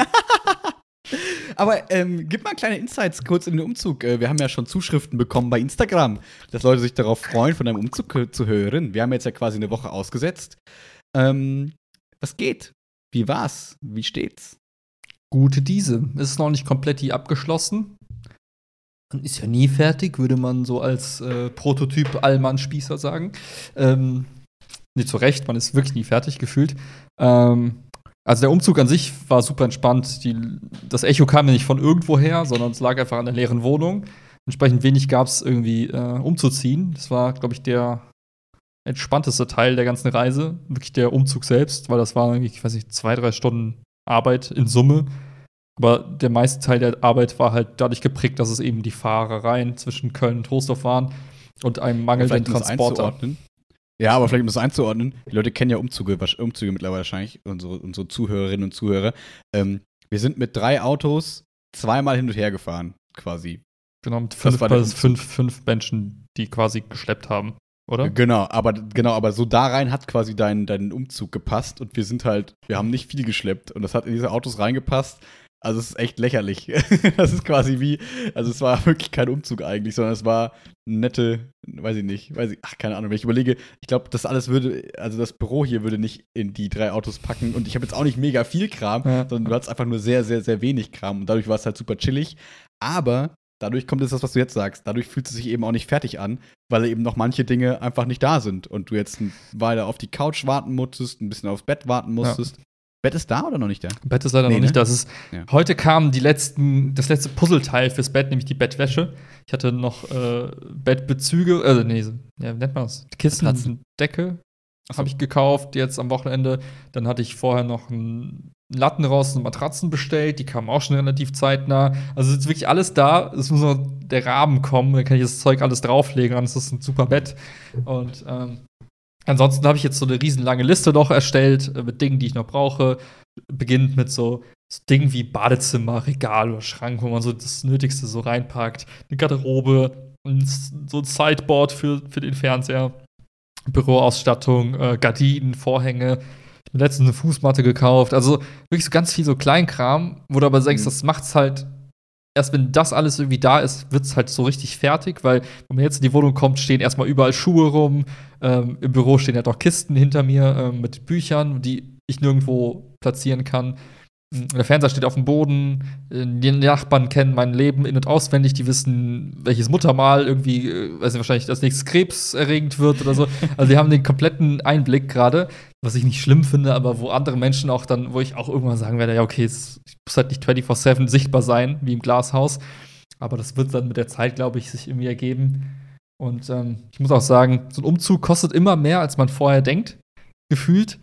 Aber ähm, gib mal kleine Insights kurz in den Umzug. Äh, wir haben ja schon Zuschriften bekommen bei Instagram, dass Leute sich darauf freuen, von deinem Umzug äh, zu hören. Wir haben jetzt ja quasi eine Woche ausgesetzt. Ähm, was geht? Wie war's? Wie steht's? Gute diese. Ist noch nicht komplett die abgeschlossen. Man ist ja nie fertig, würde man so als äh, Prototyp Allmann-Spießer sagen. Ähm, nicht zu Recht, man ist wirklich nie fertig gefühlt. Ähm, also der Umzug an sich war super entspannt. Die, das Echo kam ja nicht von irgendwoher, sondern es lag einfach an der leeren Wohnung. Entsprechend wenig gab es irgendwie äh, umzuziehen. Das war, glaube ich, der entspannteste Teil der ganzen Reise. Wirklich der Umzug selbst, weil das war irgendwie, ich weiß nicht, zwei, drei Stunden Arbeit in Summe. Aber der meiste Teil der Arbeit war halt dadurch geprägt, dass es eben die Fahrereien zwischen Köln und Troisdorf waren und einem mangelnden Vielleicht um das Transporter. einzuordnen. Ja, aber vielleicht um das einzuordnen. Die Leute kennen ja Umzüge, wasch- Umzüge mittlerweile wahrscheinlich, unsere, unsere Zuhörerinnen und Zuhörer. Ähm, wir sind mit drei Autos zweimal hin und her gefahren, quasi. Genau, mit Das fünf, war der bis Umzug. fünf, fünf Menschen, die quasi geschleppt haben, oder? Genau, aber genau, aber so da rein hat quasi dein, dein Umzug gepasst und wir sind halt, wir haben nicht viel geschleppt und das hat in diese Autos reingepasst. Also es ist echt lächerlich. Das ist quasi wie, also es war wirklich kein Umzug eigentlich, sondern es war eine nette, weiß ich nicht, weiß ich, ach, keine Ahnung, wenn ich überlege, ich glaube, das alles würde, also das Büro hier würde nicht in die drei Autos packen und ich habe jetzt auch nicht mega viel Kram, Ja. sondern du hattest einfach nur sehr, sehr, sehr wenig Kram und dadurch war es halt super chillig, aber dadurch kommt jetzt das, was du jetzt sagst, dadurch fühlt es sich eben auch nicht fertig an, weil eben noch manche Dinge einfach nicht da sind und du jetzt ein Weile auf die Couch warten musstest, ein bisschen aufs Bett warten musstest. Bett ist da oder noch nicht da? Bett ist leider Nee, noch nicht ne? da. Es ist, Ja. Heute kam die letzten, das letzte Puzzleteil fürs Bett, nämlich die Bettwäsche. Ich hatte noch äh, Bettbezüge, also nee, so- ja, wie nennt man das? Kissen, Matratzen. Decke Ach so. habe ich gekauft, jetzt am Wochenende. Dann hatte ich vorher noch ein Lattenrost und Matratzen bestellt, die kamen auch schon relativ zeitnah. Also es ist wirklich alles da. Es muss noch der Rahmen kommen, dann kann ich das Zeug alles drauflegen, dann ist das ein super Bett. Und ähm, ansonsten habe ich jetzt so eine riesenlange Liste noch erstellt äh, mit Dingen, die ich noch brauche. Beginnt mit so, so Dingen wie Badezimmer, Regal oder Schrank, wo man so das Nötigste so reinpackt. Eine Garderobe, ein, S- so ein Sideboard für, für den Fernseher, Büroausstattung, äh, Gardinen, Vorhänge. Ich habe mir letztens eine Fußmatte gekauft. Also wirklich so ganz viel so Kleinkram, wo du aber denkst, Mhm. das macht's halt. Erst wenn das alles irgendwie da ist, wird's halt so richtig fertig, weil wenn man jetzt in die Wohnung kommt, stehen erstmal überall Schuhe rum. Ähm, Im Büro stehen ja doch Kisten hinter mir ähm, mit Büchern, die ich nirgendwo platzieren kann. Mm, Der Fernseher steht auf dem Boden. Äh, Die Nachbarn kennen mein Leben in- und auswendig. Die wissen, welches Muttermal irgendwie, äh, weiß nicht, wahrscheinlich als nächstes krebserregend wird oder so. Also, die haben den kompletten Einblick gerade, was ich nicht schlimm finde, aber wo andere Menschen auch dann, wo ich auch irgendwann sagen werde, ja, okay, es ich muss halt nicht vierundzwanzig sieben sichtbar sein, wie im Glashaus. Aber das wird dann mit der Zeit, glaube ich, sich irgendwie ergeben. Und ähm, ich muss auch sagen, so ein Umzug kostet immer mehr, als man vorher denkt, gefühlt.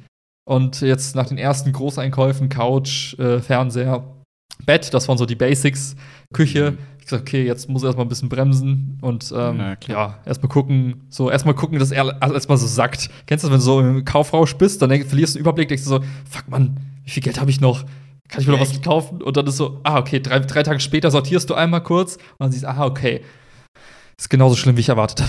Und jetzt nach den ersten Großeinkäufen, Couch, äh, Fernseher, Bett, das waren so die Basics, Küche. Mhm. Ich gesagt, okay, jetzt muss er erstmal ein bisschen bremsen und ähm, ja, ja erstmal gucken, so erstmal gucken, dass er erstmal so sackt. Kennst du das, wenn du so im Kaufrausch bist, dann denk, verlierst du den Überblick, denkst du so, fuck man, wie viel Geld habe ich noch? Kann ich mir noch was kaufen? Und dann ist so, ah, okay, drei, drei Tage später sortierst du einmal kurz und dann siehst du, ah, okay. Ist genauso schlimm, wie ich erwartet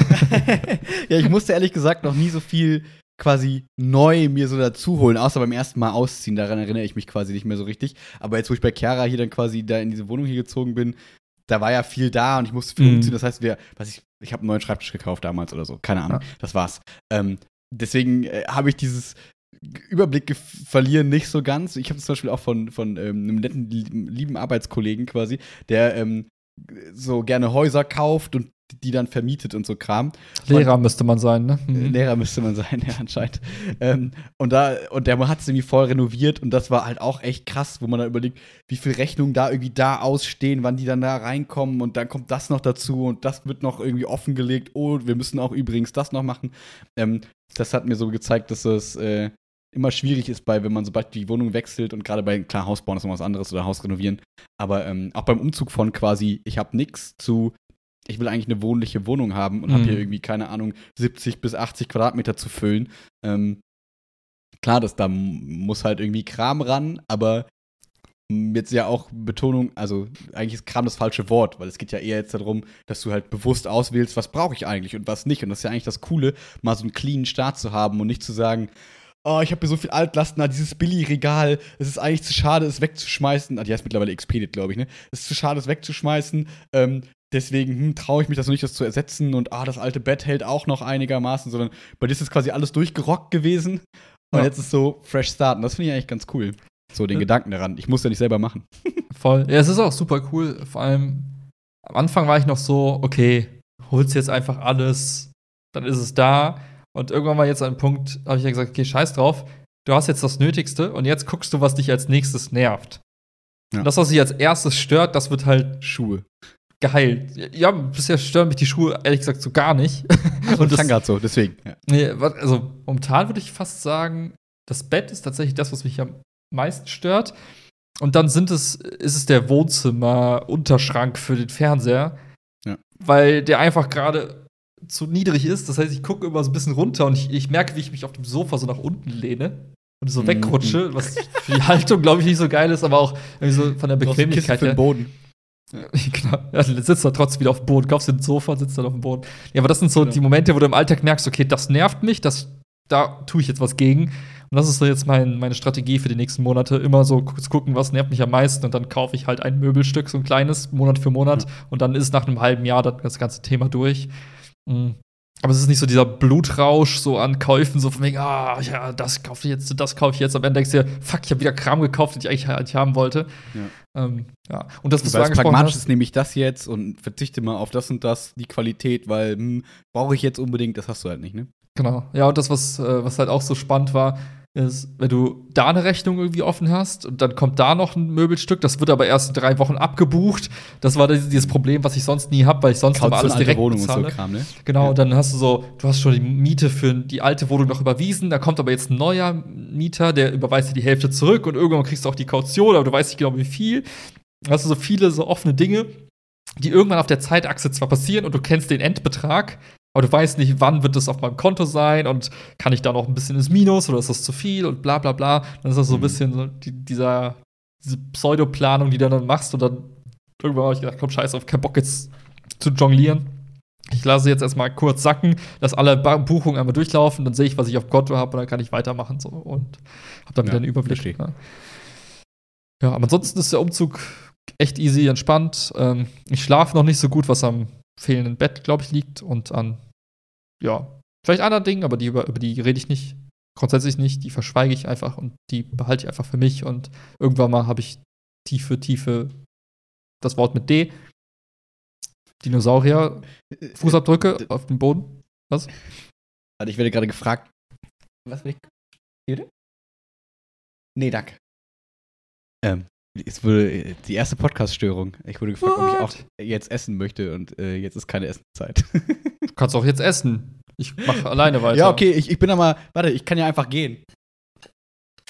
habe. Ja, ich musste ehrlich gesagt noch nie so viel quasi neu mir so dazu holen, außer beim ersten Mal ausziehen. Daran erinnere ich mich quasi nicht mehr so richtig. Aber jetzt, wo ich bei Chiara hier dann quasi da in diese Wohnung hier gezogen bin, da war ja viel da und ich musste viel mhm. umziehen. Das heißt, wir, was ich, ich habe einen neuen Schreibtisch gekauft damals oder so. Keine Ahnung. Ja. Das war's. Ähm, deswegen äh, habe ich dieses Überblick verlieren nicht so ganz. Ich habe zum Beispiel auch von, von ähm, einem netten, lieben Arbeitskollegen quasi, der ähm, so gerne Häuser kauft und die dann vermietet und so Kram. Lehrer und, müsste man sein, ne? Mhm. Lehrer müsste man sein, ja, anscheinend. ähm, und, da, und der hat es irgendwie voll renoviert und das war halt auch echt krass, wo man dann überlegt, wie viele Rechnungen da irgendwie da ausstehen, wann die dann da reinkommen und dann kommt das noch dazu und das wird noch irgendwie offengelegt. Oh, wir müssen auch übrigens das noch machen. Ähm, das hat mir so gezeigt, dass es äh, immer schwierig ist, bei, wenn man sobald die Wohnung wechselt und gerade bei, klar, Haus bauen ist noch was anderes oder Haus renovieren, aber ähm, auch beim Umzug von quasi, ich habe nix zu ich will eigentlich eine wohnliche Wohnung haben und mhm. habe hier irgendwie, keine Ahnung, siebzig bis achtzig Quadratmeter zu füllen. Ähm, klar, das, da muss halt irgendwie Kram ran, aber jetzt ja auch Betonung, also eigentlich ist Kram das falsche Wort, weil es geht ja eher jetzt darum, dass du halt bewusst auswählst, was brauche ich eigentlich und was nicht. Und das ist ja eigentlich das Coole, mal so einen cleanen Start zu haben und nicht zu sagen, oh, ich habe hier so viel Altlasten, dieses Billy-Regal, es ist eigentlich zu schade, es wegzuschmeißen. Ah, die heißt mittlerweile Expedit, glaube ich, ne? Es ist zu schade, es wegzuschmeißen. Ähm, deswegen hm, traue ich mich das noch nicht, das zu ersetzen. Und ah, das alte Bett hält auch noch einigermaßen, sondern bei dir ist das quasi alles durchgerockt gewesen. Und ja. jetzt ist so fresh start. Und das finde ich eigentlich ganz cool. So den ja. Gedanken daran. Ich muss ja nicht selber machen. Voll. Ja, es ist auch super cool. Vor allem am Anfang war ich noch so, okay, holst jetzt einfach alles, dann ist es da. Und irgendwann mal jetzt an einem Punkt, habe ich ja gesagt, okay, scheiß drauf, du hast jetzt das Nötigste und jetzt guckst du, was dich als nächstes nervt. Ja. Und das, was dich als erstes stört, das wird halt Schuhe. Geheilt. Ja, bisher stören mich die Schuhe ehrlich gesagt so gar nicht. Also, und das gerade so, deswegen. Ja. Nee, also momentan würde ich fast sagen, das Bett ist tatsächlich das, was mich am meisten stört. Und dann sind es, ist es der Wohnzimmer-Unterschrank für den Fernseher. Ja. Weil der einfach gerade zu niedrig ist. Das heißt, ich gucke immer so ein bisschen runter und ich, ich merke, wie ich mich auf dem Sofa so nach unten lehne und so mhm. wegrutsche, was für die Haltung, glaube ich, nicht so geil ist, aber auch irgendwie so von der Bequemlichkeit her. Für den Boden. Ja, genau. Ja, dann sitzt er trotzdem wieder auf dem Boden, kaufst dir ein Sofa, sitzt dann auf dem Boden. Ja, aber das sind so genau. die Momente, wo du im Alltag merkst, okay, das nervt mich, das, da tue ich jetzt was gegen. Und das ist so jetzt mein, meine Strategie für die nächsten Monate. Immer so zu gucken, was nervt mich am meisten. Und dann kaufe ich halt ein Möbelstück, so ein kleines, Monat für Monat. Mhm. Und dann ist nach einem halben Jahr dann das ganze Thema durch. Mhm. Aber es ist nicht so dieser Blutrausch so an Käufen, so von wegen, ah, ja, das kaufe ich jetzt, das kaufe ich jetzt. Am Ende denkst du dir, fuck, ich habe wieder Kram gekauft, den ich eigentlich nicht haben wollte. Ja. Ähm, ja. Und das, was du angesprochen pragmatisch hast, ist, nehme ich das jetzt und verzichte mal auf das und das, die Qualität, weil hm, brauche ich jetzt unbedingt, das hast du halt nicht, ne? Genau. Ja, und das, was, äh, was halt auch so spannend war, ist, wenn du da eine Rechnung irgendwie offen hast und dann kommt da noch ein Möbelstück, das wird aber erst in drei Wochen abgebucht. Das war dieses Problem, was ich sonst nie habe, weil ich sonst immer alles direkt Wohnung bezahle. Und so Kram, ne? Genau, ja. Und dann hast du so, du hast schon die Miete für die alte Wohnung noch überwiesen, da kommt aber jetzt ein neuer Mieter, der überweist dir die Hälfte zurück und irgendwann kriegst du auch die Kaution, aber du weißt nicht genau, wie viel. Dann hast du so viele so offene Dinge, die irgendwann auf der Zeitachse zwar passieren und du kennst den Endbetrag, aber du weißt nicht, wann wird das auf meinem Konto sein und kann ich da noch ein bisschen ins Minus oder ist das zu viel und bla bla bla. Dann ist das so ein bisschen so die, dieser, diese Pseudoplanung, die du dann machst und dann irgendwann habe ich gedacht, komm, scheiß auf, kein Bock jetzt zu jonglieren. Ich lasse jetzt erstmal kurz sacken, lass alle Buchungen einmal durchlaufen, dann sehe ich, was ich auf dem Konto habe und dann kann ich weitermachen so und habe dann wieder ja, einen Überblick. Ja. ja, aber ansonsten ist der Umzug echt easy, entspannt. Ähm, ich schlafe noch nicht so gut, was am fehlenden Bett, glaube ich, liegt und an, ja, vielleicht anderen Dingen, aber die, über, über die rede ich nicht, grundsätzlich nicht, die verschweige ich einfach und die behalte ich einfach für mich und irgendwann mal habe ich tiefe, tiefe, das Wort mit D, Dinosaurier, Fußabdrücke auf dem Boden, was? Also ich werde gerade gefragt, was will ich, hier? Nee, danke. Ähm, Es wurde die erste Podcast-Störung. Ich wurde gefragt, What? ob ich auch jetzt essen möchte und äh, jetzt ist keine Essenszeit. Du kannst auch jetzt essen. Ich mache alleine weiter. Ja, okay, ich, ich bin aber, warte, ich kann ja einfach gehen.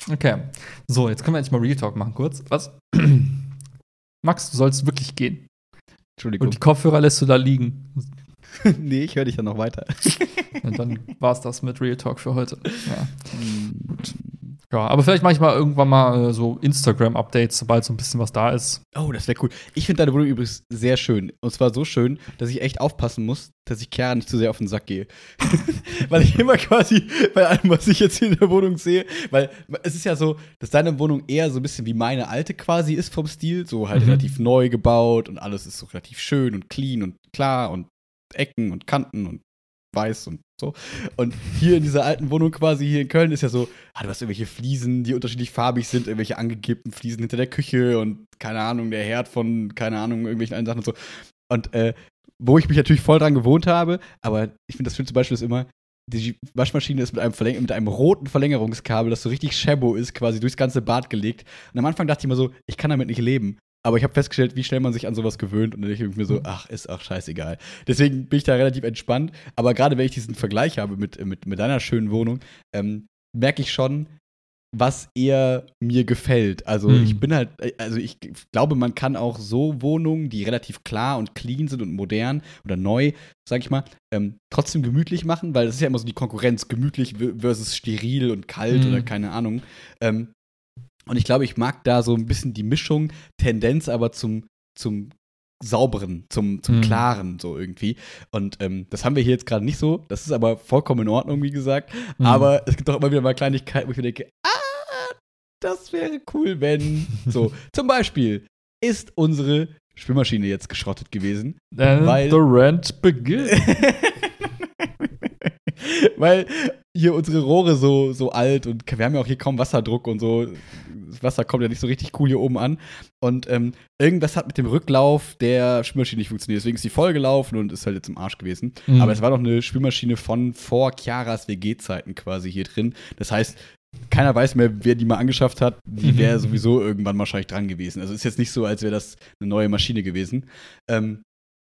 Okay. So, jetzt können wir endlich mal Real Talk machen, kurz. Was? Max, du sollst wirklich gehen. Entschuldigung. Und die Kopfhörer lässt du da liegen. Nee, ich höre dich ja noch weiter. Und dann war's das mit Real Talk für heute. Ja. Gut. Ja, aber vielleicht mache ich mal irgendwann mal äh, so Instagram-Updates, sobald so ein bisschen was da ist. Oh, das wäre cool. Ich finde deine Wohnung übrigens sehr schön. Und zwar so schön, dass ich echt aufpassen muss, dass ich Chiara nicht zu sehr auf den Sack gehe. Weil ich immer quasi bei allem, was ich jetzt hier in der Wohnung sehe, weil es ist ja so, dass deine Wohnung eher so ein bisschen wie meine alte quasi ist vom Stil. So halt mhm. relativ neu gebaut und alles ist so relativ schön und clean und klar und Ecken und Kanten und weiß und so. Und hier in dieser alten Wohnung quasi hier in Köln ist ja so, ah, du hast irgendwelche Fliesen, die unterschiedlich farbig sind, irgendwelche angekippten Fliesen hinter der Küche und keine Ahnung, der Herd von, keine Ahnung, irgendwelchen alten Sachen und so. Und äh, wo ich mich natürlich voll dran gewohnt habe, aber ich finde das schönste Beispiel ist immer, die Waschmaschine ist mit einem, Verläng- mit einem roten Verlängerungskabel, das so richtig Shabbo ist, quasi durchs ganze Bad gelegt. Und am Anfang dachte ich immer so, ich kann damit nicht leben. Aber ich habe festgestellt, wie schnell man sich an sowas gewöhnt. Und dann denke ich mir so, ach, ist auch scheißegal. Deswegen bin ich da relativ entspannt. Aber gerade wenn ich diesen Vergleich habe mit, mit, mit deiner schönen Wohnung, ähm, merke ich schon, was eher mir gefällt. Also mhm. ich bin halt, also ich glaube, man kann auch so Wohnungen, die relativ klar und clean sind und modern oder neu, sag ich mal, ähm, trotzdem gemütlich machen, weil das ist ja immer so die Konkurrenz, gemütlich versus steril und kalt mhm. oder keine Ahnung. Ähm, Und ich glaube, ich mag da so ein bisschen die Mischung, Tendenz aber zum, zum Sauberen, zum, zum mhm. Klaren, so irgendwie. Und ähm, das haben wir hier jetzt gerade nicht so. Das ist aber vollkommen in Ordnung, wie gesagt. Mhm. Aber es gibt auch immer wieder mal Kleinigkeiten, wo ich mir denke, ah, das wäre cool, wenn. So, zum Beispiel ist unsere Spülmaschine jetzt geschrottet gewesen. And weil the rant begins. Weil hier unsere Rohre so, so alt und wir haben ja auch hier kaum Wasserdruck und so. Das Wasser kommt ja nicht so richtig cool hier oben an. Und ähm, irgendwas hat mit dem Rücklauf der Spülmaschine nicht funktioniert. Deswegen ist sie voll gelaufen und ist halt jetzt im Arsch gewesen. Mhm. Aber es war doch eine Spülmaschine von vor Chiaras W G-Zeiten quasi hier drin. Das heißt, keiner weiß mehr, wer die mal angeschafft hat. Die wäre sowieso irgendwann wahrscheinlich dran gewesen. Also ist jetzt nicht so, als wäre das eine neue Maschine gewesen. Ähm,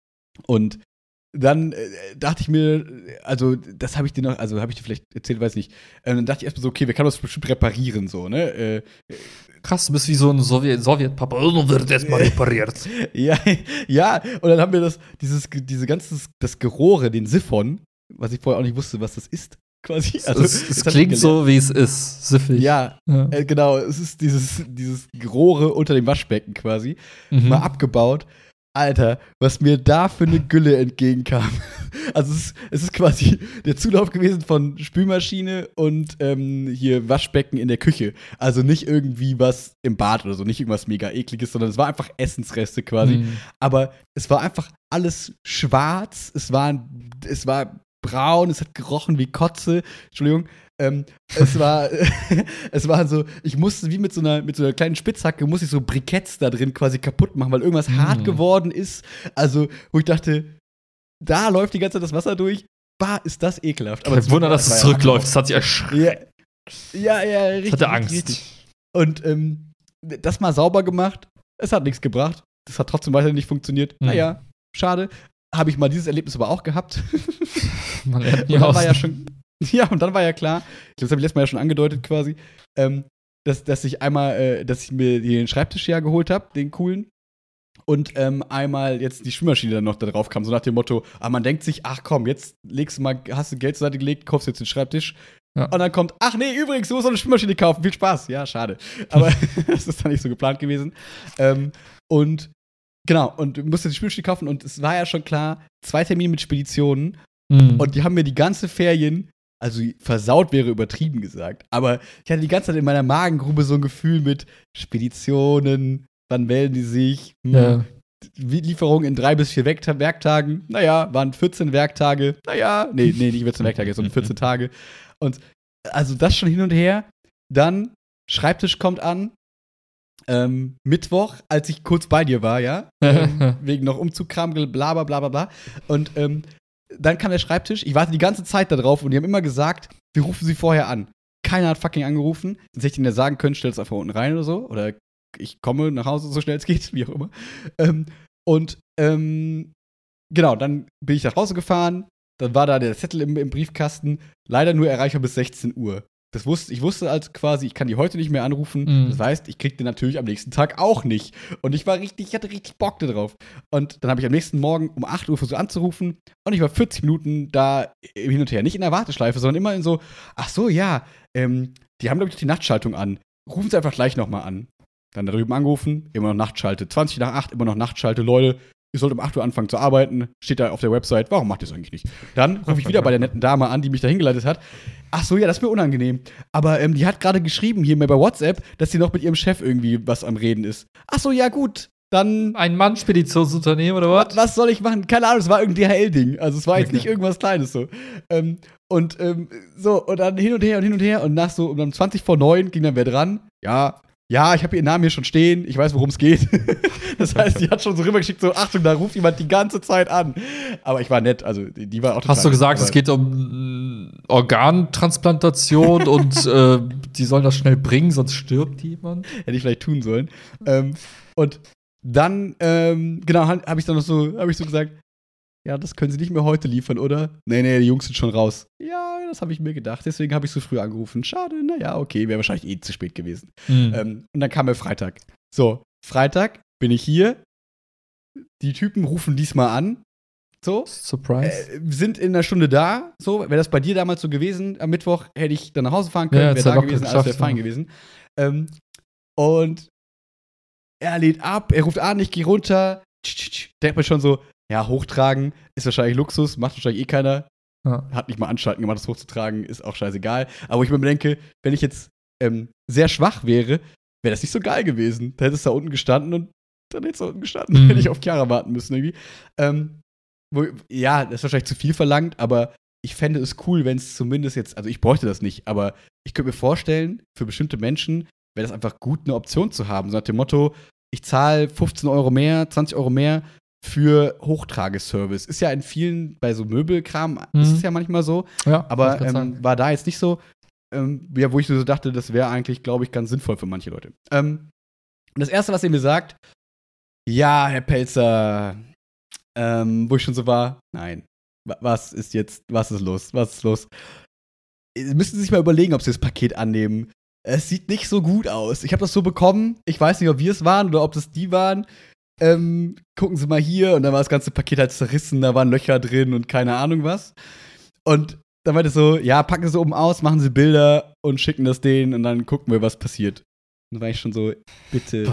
und Dann äh, dachte ich mir, also das habe ich dir noch, also habe ich dir vielleicht erzählt, weiß nicht. Äh, dann dachte ich erstmal so, okay, wir können das bestimmt reparieren, so, ne? Äh, Krass, du bist wie so ein Sowjet- Sowjetpapa. Oh, wird erstmal repariert. ja, ja, und dann haben wir das, dieses, diese ganze, das Gerohre, den Siphon, was ich vorher auch nicht wusste, was das ist, quasi. Also, es es klingt so, wie es ist, siffig. Ja, ja. Äh, genau, es ist dieses, dieses Gerohre unter dem Waschbecken quasi, mhm. mal abgebaut. Alter, was mir da für eine Gülle entgegenkam. Also es ist, es ist quasi der Zulauf gewesen von Spülmaschine und ähm, hier Waschbecken in der Küche. Also nicht irgendwie was im Bad oder so, nicht irgendwas mega ekliges, sondern es war einfach Essensreste quasi. Mhm. Aber es war einfach alles schwarz, es war, es war braun, es hat gerochen wie Kotze. Entschuldigung. Ähm, es war, es war so, ich musste wie mit so einer, mit so einer kleinen Spitzhacke, musste ich so Briketts da drin quasi kaputt machen, weil irgendwas mm. hart geworden ist. Also, wo ich dachte, da läuft die ganze Zeit das Wasser durch. Bah, ist das ekelhaft. Aber kein Wunder, dass es zurückläuft. Das hat sich erschreckt. Ja, ja, ja, richtig. Ich hatte Angst. Richtig. Und ähm, das mal sauber gemacht. Es hat nichts gebracht. Das hat trotzdem weiter nicht funktioniert. Mm. Naja, schade. Habe ich mal dieses Erlebnis aber auch gehabt. Man lernt nie und dann aus. war ja schon Ja, und dann war ja klar, ich glaube, das habe ich letztes Mal ja schon angedeutet quasi, ähm, dass, dass ich einmal, äh, dass ich mir den Schreibtisch ja geholt habe, den coolen, und ähm, einmal jetzt die Spülmaschine dann noch da drauf kam, so nach dem Motto, ah, man denkt sich, ach komm, jetzt legst du mal, hast du Geld zur Seite gelegt, kaufst jetzt den Schreibtisch. Ja. Und dann kommt, ach nee, übrigens, du musst noch eine Spülmaschine kaufen, viel Spaß. Ja, schade. Aber das ist dann nicht so geplant gewesen. Ähm, und genau, und du musst jetzt die Spülmaschine kaufen und es war ja schon klar, zwei Termine mit Speditionen. Mhm. Und die haben mir die ganze Ferien, also versaut wäre übertrieben gesagt, aber ich hatte die ganze Zeit in meiner Magengrube so ein Gefühl mit Speditionen, wann melden die sich, hm, ja. Lieferung in drei bis vier Werk- Werktagen, naja, waren vierzehn Werktage, naja, nee, nee, nicht vierzehn Werktage, sondern vierzehn Tage. Und also das schon hin und her. Dann, Schreibtisch kommt an, ähm, Mittwoch, als ich kurz bei dir war, ja, ähm, wegen noch Umzugkram, bla bla bla bla bla. Und ähm, dann kam der Schreibtisch, ich warte die ganze Zeit da drauf und die haben immer gesagt, wir rufen sie vorher an. Keiner hat fucking angerufen. Sonst hätte ich ihnen ja sagen können, stell es einfach unten rein oder so. Oder ich komme nach Hause, so schnell es geht, wie auch immer. Ähm, und ähm, genau, dann bin ich nach Hause gefahren. Dann war da der Zettel im, im Briefkasten. Leider nur erreichbar bis sechzehn Uhr. das wusste, ich wusste als quasi, ich kann die heute nicht mehr anrufen. Mhm. Das heißt, ich krieg den natürlich am nächsten Tag auch nicht. Und ich war richtig, ich hatte richtig Bock da drauf. Und dann habe ich am nächsten Morgen um acht Uhr versucht anzurufen. Und ich war vierzig Minuten da hin und her. Nicht in der Warteschleife, sondern immer in so, ach so, ja, ähm, die haben, glaube ich, die Nachtschaltung an. Rufen Sie einfach gleich nochmal an. Dann da drüben angerufen, immer noch Nachtschalte. zwanzig nach acht, immer noch Nachtschalte. Leute, ihr sollt um acht Uhr anfangen zu arbeiten. Steht da auf der Website. Warum macht ihr das eigentlich nicht? Dann rufe ich wieder bei der netten Dame an, die mich da hingeleitet hat. Ach so, ja, das ist mir unangenehm. Aber ähm, die hat gerade geschrieben hier bei WhatsApp, dass sie noch mit ihrem Chef irgendwie was am Reden ist. Ach so, ja, gut. Dann. Ein Mann-Speditionsunternehmen oder was? Was soll ich machen? Keine Ahnung, es war irgendein D H L-Ding. Also es war jetzt Okay. nicht irgendwas Kleines so. Ähm, und ähm, so, und dann hin und her und hin und her. Und nach so um dann zwanzig vor neun ging dann wer dran. Ja, ja, ich habe ihren Namen hier schon stehen. Ich weiß, worum es geht. Das heißt, die hat schon so rübergeschickt, so, Achtung, da ruft jemand die ganze Zeit an. Aber ich war nett, also die, die war auch total Hast du gesagt, nett, es geht um äh, Organtransplantation und äh, die sollen das schnell bringen, sonst stirbt jemand? Hätte ich vielleicht tun sollen. ähm, und dann, ähm, genau, habe ich dann noch so, habe ich so gesagt, ja, das können Sie nicht mehr heute liefern, oder? Nee, nee, die Jungs sind schon raus. Ja, das habe ich mir gedacht. Deswegen habe ich so früh angerufen. Schade, naja, okay, wäre wahrscheinlich eh zu spät gewesen. Mhm. Ähm, und dann kam er Freitag. So, Freitag bin ich hier. Die Typen rufen diesmal an. So. Surprise. Äh, sind in einer Stunde da. So, wäre das bei dir damals so gewesen, am Mittwoch hätte ich dann nach Hause fahren können, Ja, wäre hättest du da locker gewesen, alles wäre geschafft, fein ja. gewesen. Ähm, und er lädt ab, er ruft an, ich gehe runter. Denkt man schon so, ja, hochtragen ist wahrscheinlich Luxus, macht wahrscheinlich eh keiner. Ja. Hat nicht mal anschalten gemacht, das hochzutragen, ist auch scheißegal. Aber ich mir denke, wenn ich jetzt ähm, sehr schwach wäre, wäre das nicht so geil gewesen. Da hätte es da unten gestanden und dann hätte es da unten gestanden. Mhm. Hätte ich auf Chiara warten müssen irgendwie. Ähm, wo, ja, das ist wahrscheinlich zu viel verlangt, aber ich fände es cool, wenn es zumindest jetzt, also ich bräuchte das nicht, aber ich könnte mir vorstellen, für bestimmte Menschen wäre das einfach gut, eine Option zu haben. So nach dem Motto, ich zahle fünfzehn Euro mehr, zwanzig Euro mehr für Hochtrageservice. Ist ja in vielen, bei so Möbelkram, Mhm. ist es ja manchmal so, Ja, aber wollte ich grad ähm, sagen. war da jetzt nicht so, ähm, ja, wo ich so dachte, das wäre eigentlich, glaube ich, ganz sinnvoll für manche Leute. Ähm, und das Erste, was er mir sagt, ja, Herr Pelzer, ähm, wo ich schon so war, nein, wa- was ist jetzt, was ist los, was ist los? Äh, Müssen Sie sich mal überlegen, ob Sie das Paket annehmen. Es sieht nicht so gut aus. Ich habe das so bekommen, ich weiß nicht, ob wir es waren oder ob das die waren. Ähm, gucken Sie mal hier, und dann war das ganze Paket halt zerrissen, da waren Löcher drin und keine Ahnung was. Und dann meinte so, ja, packen Sie oben aus, machen Sie Bilder und schicken das denen und dann gucken wir, was passiert. Und dann war ich schon so, bitte.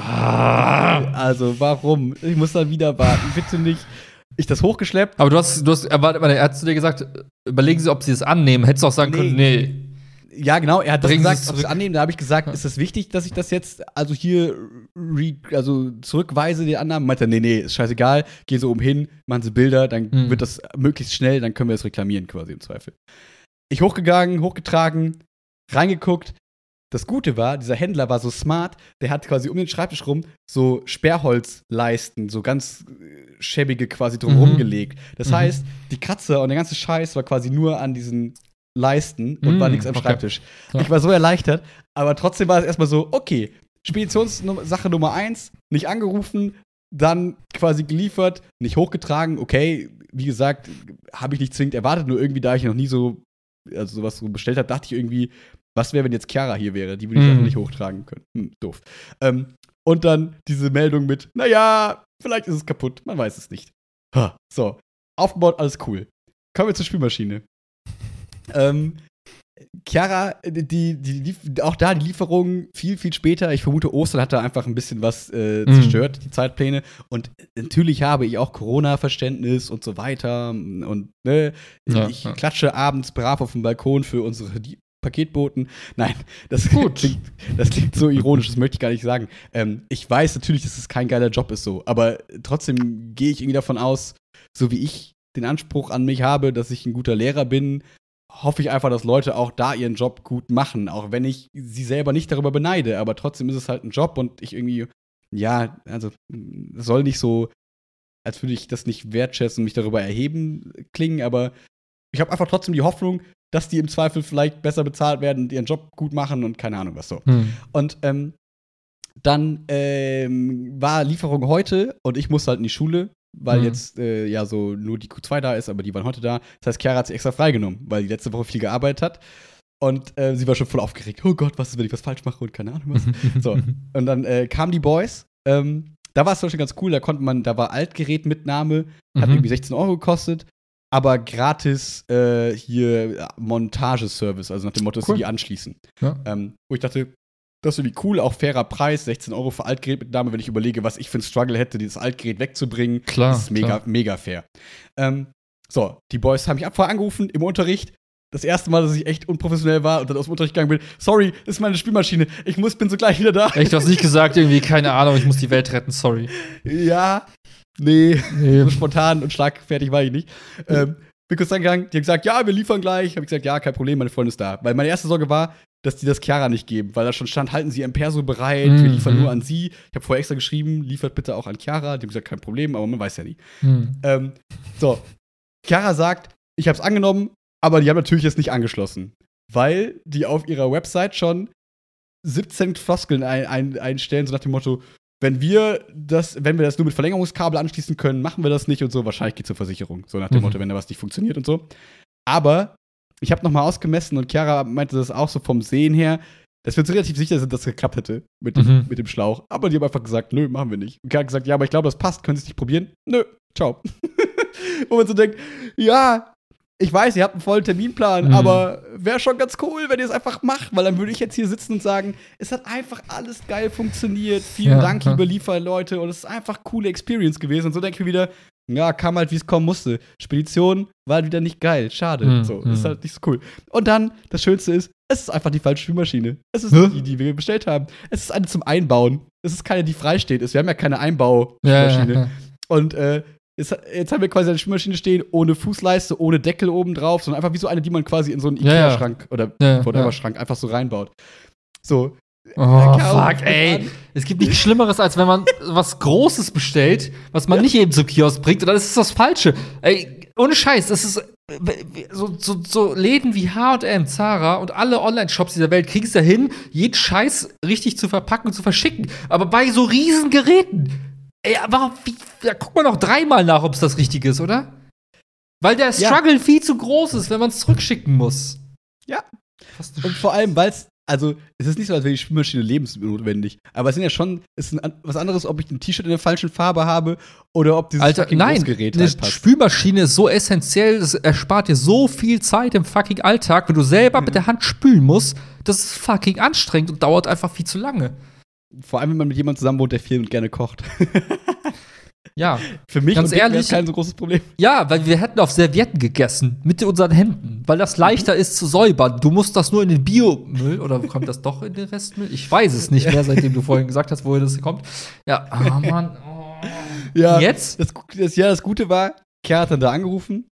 Also, warum? Ich muss dann wieder warten, bitte nicht. Ich das hochgeschleppt. Aber du hast, du hast, er, war, er hat zu dir gesagt, überlegen Sie, ob Sie es annehmen. Hättest du auch sagen Nee. können, nee. Ja, genau, er hat das Bringen Sie gesagt, es ob sie zurück. annehmen. Da habe ich gesagt, Ja. ist es wichtig, dass ich das jetzt also hier re also zurückweise, die Annahmen? Meinte er, nee, nee, ist scheißegal. Gehen Sie oben hin, machen Sie Bilder, dann Mhm. wird das möglichst schnell, dann können wir es reklamieren quasi im Zweifel. Ich hochgegangen, hochgetragen, reingeguckt. Das Gute war, dieser Händler war so smart, der hat quasi um den Schreibtisch rum so Sperrholzleisten, so ganz äh, schäbige quasi drumherum Mhm. gelegt. Das Mhm. heißt, die Kratzer und der ganze Scheiß war quasi nur an diesen Leisten und Mhm, war nichts am okay. Schreibtisch. Ja. Ich war so erleichtert, aber trotzdem war es erstmal so, okay, Speditionssache Nummer eins, nicht angerufen, dann quasi geliefert, nicht hochgetragen, okay, wie gesagt, habe ich nicht zwingend erwartet, nur irgendwie, da ich noch nie so, also sowas so bestellt habe, dachte ich irgendwie, was wäre, wenn jetzt Chiara hier wäre? Die würde ich Mhm. einfach nicht hochtragen können. Hm, doof. Ähm, und dann diese Meldung mit, naja, vielleicht ist es kaputt, man weiß es nicht. Ha, so, aufgebaut, alles cool. Kommen wir zur Spülmaschine. ähm, Chiara, die, die, die, auch da die Lieferung viel, viel später. Ich vermute, Ostern hat da einfach ein bisschen was äh, Mhm. zerstört, die Zeitpläne. Und natürlich habe ich auch Corona-Verständnis und so weiter. Und ne, Ja, ich ja. klatsche abends brav auf dem Balkon für unsere die Paketboten. Nein, das Gut. klingt, das klingt so ironisch, das möchte ich gar nicht sagen. Ähm, ich weiß natürlich, dass es kein geiler Job ist so, aber trotzdem gehe ich irgendwie davon aus, so wie ich den Anspruch an mich habe, dass ich ein guter Lehrer bin, hoffe ich einfach, dass Leute auch da ihren Job gut machen, auch wenn ich sie selber nicht darüber beneide, aber trotzdem ist es halt ein Job und ich irgendwie, ja, also es soll nicht so, als würde ich das nicht wertschätzen, mich darüber erheben klingen, aber ich habe einfach trotzdem die Hoffnung, dass die im Zweifel vielleicht besser bezahlt werden und ihren Job gut machen und keine Ahnung was so. Mhm. Und ähm, dann ähm, war Lieferung heute und ich musste halt in die Schule, weil Mhm. jetzt äh, ja so nur die Q zwei da ist, aber die waren heute da. Das heißt, Chiara hat sich extra freigenommen, weil die letzte Woche viel gearbeitet hat. Und äh, sie war schon voll aufgeregt. Oh Gott, was ist, wenn ich was falsch mache und keine Ahnung was. So. Und dann äh, kamen die Boys. Ähm, da war es zum Beispiel ganz cool. Da konnte man, da war Altgerätmitnahme, hat Mhm. irgendwie sechzehn Euro gekostet. Aber gratis äh, hier Montageservice, also nach dem Motto, dass Cool. sie die anschließen. Ja. Ähm, wo ich dachte, das ist irgendwie cool, auch fairer Preis, sechzehn Euro für Altgerätmitnahme, wenn ich überlege, was ich für einen Struggle hätte, dieses Altgerät wegzubringen. Klar, Das ist mega, klar. mega fair. Ähm, so, die Boys haben mich vorher angerufen im Unterricht. Das erste Mal, dass ich echt unprofessionell war und dann aus dem Unterricht gegangen bin. Sorry, das ist meine Spielmaschine. Ich muss, bin so gleich wieder da. Echt, du hast nicht gesagt, irgendwie, keine Ahnung, ich muss die Welt retten, sorry. Ja, nee. Nee. So spontan und schlagfertig war ich nicht. Ähm, bin kurz angegangen, die haben gesagt, ja, wir liefern gleich. Hab ich gesagt, ja, kein Problem, meine Freundin ist da. Weil meine erste Sorge war, dass die das Chiara nicht geben, weil da schon stand, halten Sie Ihr Perso bereit, wir Mhm. liefern nur an Sie. Ich habe vorher extra geschrieben, liefert bitte auch an Chiara. Die haben gesagt, kein Problem, aber man weiß ja nie. Hm. Ähm, so, Chiara sagt, ich habe es angenommen, aber die haben natürlich jetzt nicht angeschlossen, weil die auf ihrer Website schon siebzehn Floskeln ein, ein, einstellen, so nach dem Motto, wenn wir das, wenn wir das nur mit Verlängerungskabel anschließen können, machen wir das nicht und so. Wahrscheinlich geht zur Versicherung, so nach dem Mhm. Motto, wenn da was nicht funktioniert und so. Aber ich habe noch mal ausgemessen und Chiara meinte das auch so vom Sehen her, dass wir uns relativ sicher sind, dass es geklappt hätte mit dem, Mhm. mit dem Schlauch. Aber die haben einfach gesagt, nö, machen wir nicht. Und Chiara hat gesagt, ja, aber ich glaube, das passt, können Sie es nicht probieren? Nö, ciao. Wo man so denkt, ja, ich weiß, ihr habt einen vollen Terminplan, Mhm. aber wäre schon ganz cool, wenn ihr es einfach macht, weil dann würde ich jetzt hier sitzen und sagen, es hat einfach alles geil funktioniert. Vielen Ja, Dank, ja. liebe Lieferleute, und es ist einfach coole Experience gewesen. Und so denke ich mir wieder, ja, kam halt, wie es kommen musste. Spedition war halt wieder nicht geil, schade. Mhm. So, Mhm. ist halt nicht so cool. Und dann, das Schönste ist, es ist einfach die falsche Spülmaschine. Es ist Hä? nicht die, die wir bestellt haben. Es ist eine zum Einbauen. Es ist keine, die freisteht. Wir haben ja keine Ja, ja, Einbauspülmaschine. ja. Und äh, jetzt, jetzt haben wir quasi eine Spülmaschine stehen, ohne Fußleiste, ohne Deckel oben drauf, sondern einfach wie so eine, die man quasi in so einen Ja, ja. Ikea-Schrank oder Ja, Whatever-Schrank einfach so reinbaut. So. Oh, Caro fuck, ruft ey. an. Es gibt nichts Schlimmeres, als wenn man was Großes bestellt, was man nicht eben zum Kiosk bringt, und dann ist es das Falsche. Ey, ohne Scheiß, das ist äh, so, so, so Läden wie H und M, Zara und alle Online-Shops dieser Welt kriegen es ja hin, jeden Scheiß richtig zu verpacken und zu verschicken. Aber bei so riesen Geräten, ey, warum, wie, da guckt man doch dreimal nach, ob es das Richtige ist, oder? Weil der Ja. Struggle viel zu groß ist, wenn man es zurückschicken muss. Ja. Fast eine Und vor allem, weil es, also, es ist nicht so, als wäre die Spülmaschine lebensnotwendig. Aber es sind ja schon, es ist ein, was anderes, ob ich ein T-Shirt in der falschen Farbe habe oder ob dieses Alter, fucking nein, Großgerät eine reinpasst. Spülmaschine ist so essentiell, das erspart dir so viel Zeit im fucking Alltag, wenn du selber mit der Hand spülen musst. Das ist fucking anstrengend und dauert einfach viel zu lange. Vor allem, wenn man mit jemandem zusammen wohnt, der viel und gerne kocht. Ja, Für mich Ganz und dich wäre ehrlich- kein so großes Problem. ja, weil wir hätten auf Servietten gegessen mit unseren Händen, weil das leichter ist zu säubern. Du musst das nur in den Biomüll oder kommt das doch in den Restmüll? Ich weiß es nicht mehr, seitdem du vorhin gesagt hast, woher das kommt. Ja, ah Mann. Oh. Ja, Jetzt? Das, das, ja, das Gute war, Kerr hat dann da angerufen,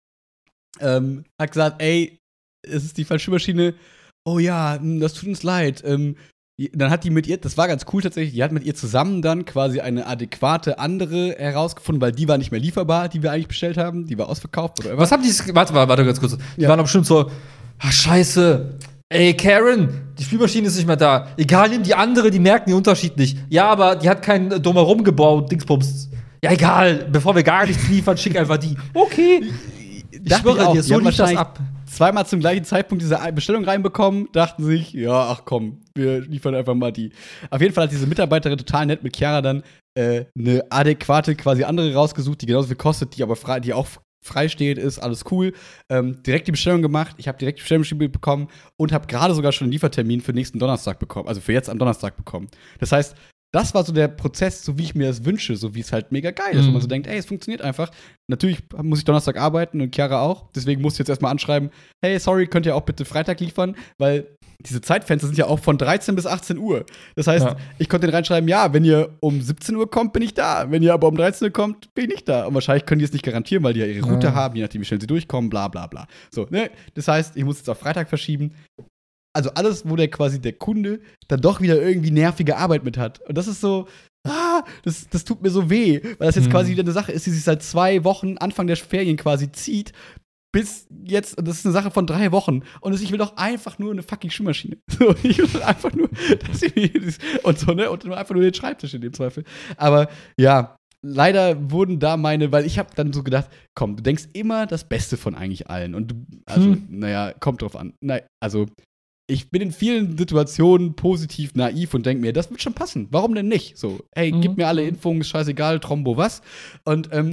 ähm, hat gesagt, ey, es ist die falsche Spülmaschine. Oh ja, hm, das tut uns leid. Ähm, die- dann hat die mit ihr, das war ganz cool tatsächlich, die hat mit ihr zusammen dann quasi eine adäquate andere herausgefunden, weil die war nicht mehr lieferbar, die wir eigentlich bestellt haben. Die war ausverkauft oder Was haben die, warte, warte, warte ganz kurz. Die Ja. waren doch bestimmt so, ah, scheiße. Ey, Karen, die Spülmaschine ist nicht mehr da. Egal, nimm die andere, die merken den Unterschied nicht. Ja, aber die hat keinen drumherum gebaut, Dingsbums. Ja, egal, bevor wir gar nichts liefern, schick einfach die. Okay. Ich Dachte schwöre ich auch, dir, die so haben lief das wahrscheinlich ab. zweimal zum gleichen Zeitpunkt diese Bestellung reinbekommen, dachten sich, ja, ach komm, wir liefern einfach mal die. Auf jeden Fall hat diese Mitarbeiterin total nett mit Chiara dann äh, eine adäquate quasi andere rausgesucht, die genauso viel kostet, die aber frei, die auch frei steht, ist alles cool. Ähm, direkt die Bestellung gemacht, ich habe direkt die Bestellung bekommen und habe gerade sogar schon einen Liefertermin für nächsten Donnerstag bekommen, also für jetzt am Donnerstag bekommen. Das heißt, das war so der Prozess, so wie ich mir das wünsche, so wie es halt mega geil ist, Mhm. wo man so denkt, ey, es funktioniert einfach. Natürlich muss ich Donnerstag arbeiten und Chiara auch, deswegen muss ich jetzt erstmal anschreiben, hey, sorry, könnt ihr auch bitte Freitag liefern, weil diese Zeitfenster sind ja auch von dreizehn bis achtzehn Uhr. Das heißt, Ja. ich konnte den reinschreiben, ja, wenn ihr um siebzehn Uhr kommt, bin ich da. Wenn ihr aber um dreizehn Uhr kommt, bin ich nicht da. Und wahrscheinlich können die es nicht garantieren, weil die ja ihre Route Ja. haben, je nachdem, wie schnell sie durchkommen, bla bla bla. So, ne? Das heißt, ich muss jetzt auf Freitag verschieben. Also alles, wo der quasi der Kunde dann doch wieder irgendwie nervige Arbeit mit hat. Und das ist so, ah, das, das tut mir so weh, weil das jetzt Mhm. quasi wieder eine Sache ist, die sich seit zwei Wochen, Anfang der Ferien quasi zieht, bis jetzt, und das ist eine Sache von drei Wochen. Und das, ich will doch einfach nur eine fucking Spülmaschine. So, ich will doch einfach nur, dass ich mir dieses, und so, ne, und nur einfach nur den Schreibtisch in dem Zweifel. Aber ja, leider wurden da meine, weil ich habe dann so gedacht, komm, du denkst immer das Beste von eigentlich allen. Und du, also, Hm. naja, kommt drauf an. Nein, also, ich bin in vielen Situationen positiv naiv und denke mir, das wird schon passen. Warum denn nicht? So, hey, Mhm. gib mir alle Impfungen, ist scheißegal, Trombo, was? Und, ähm,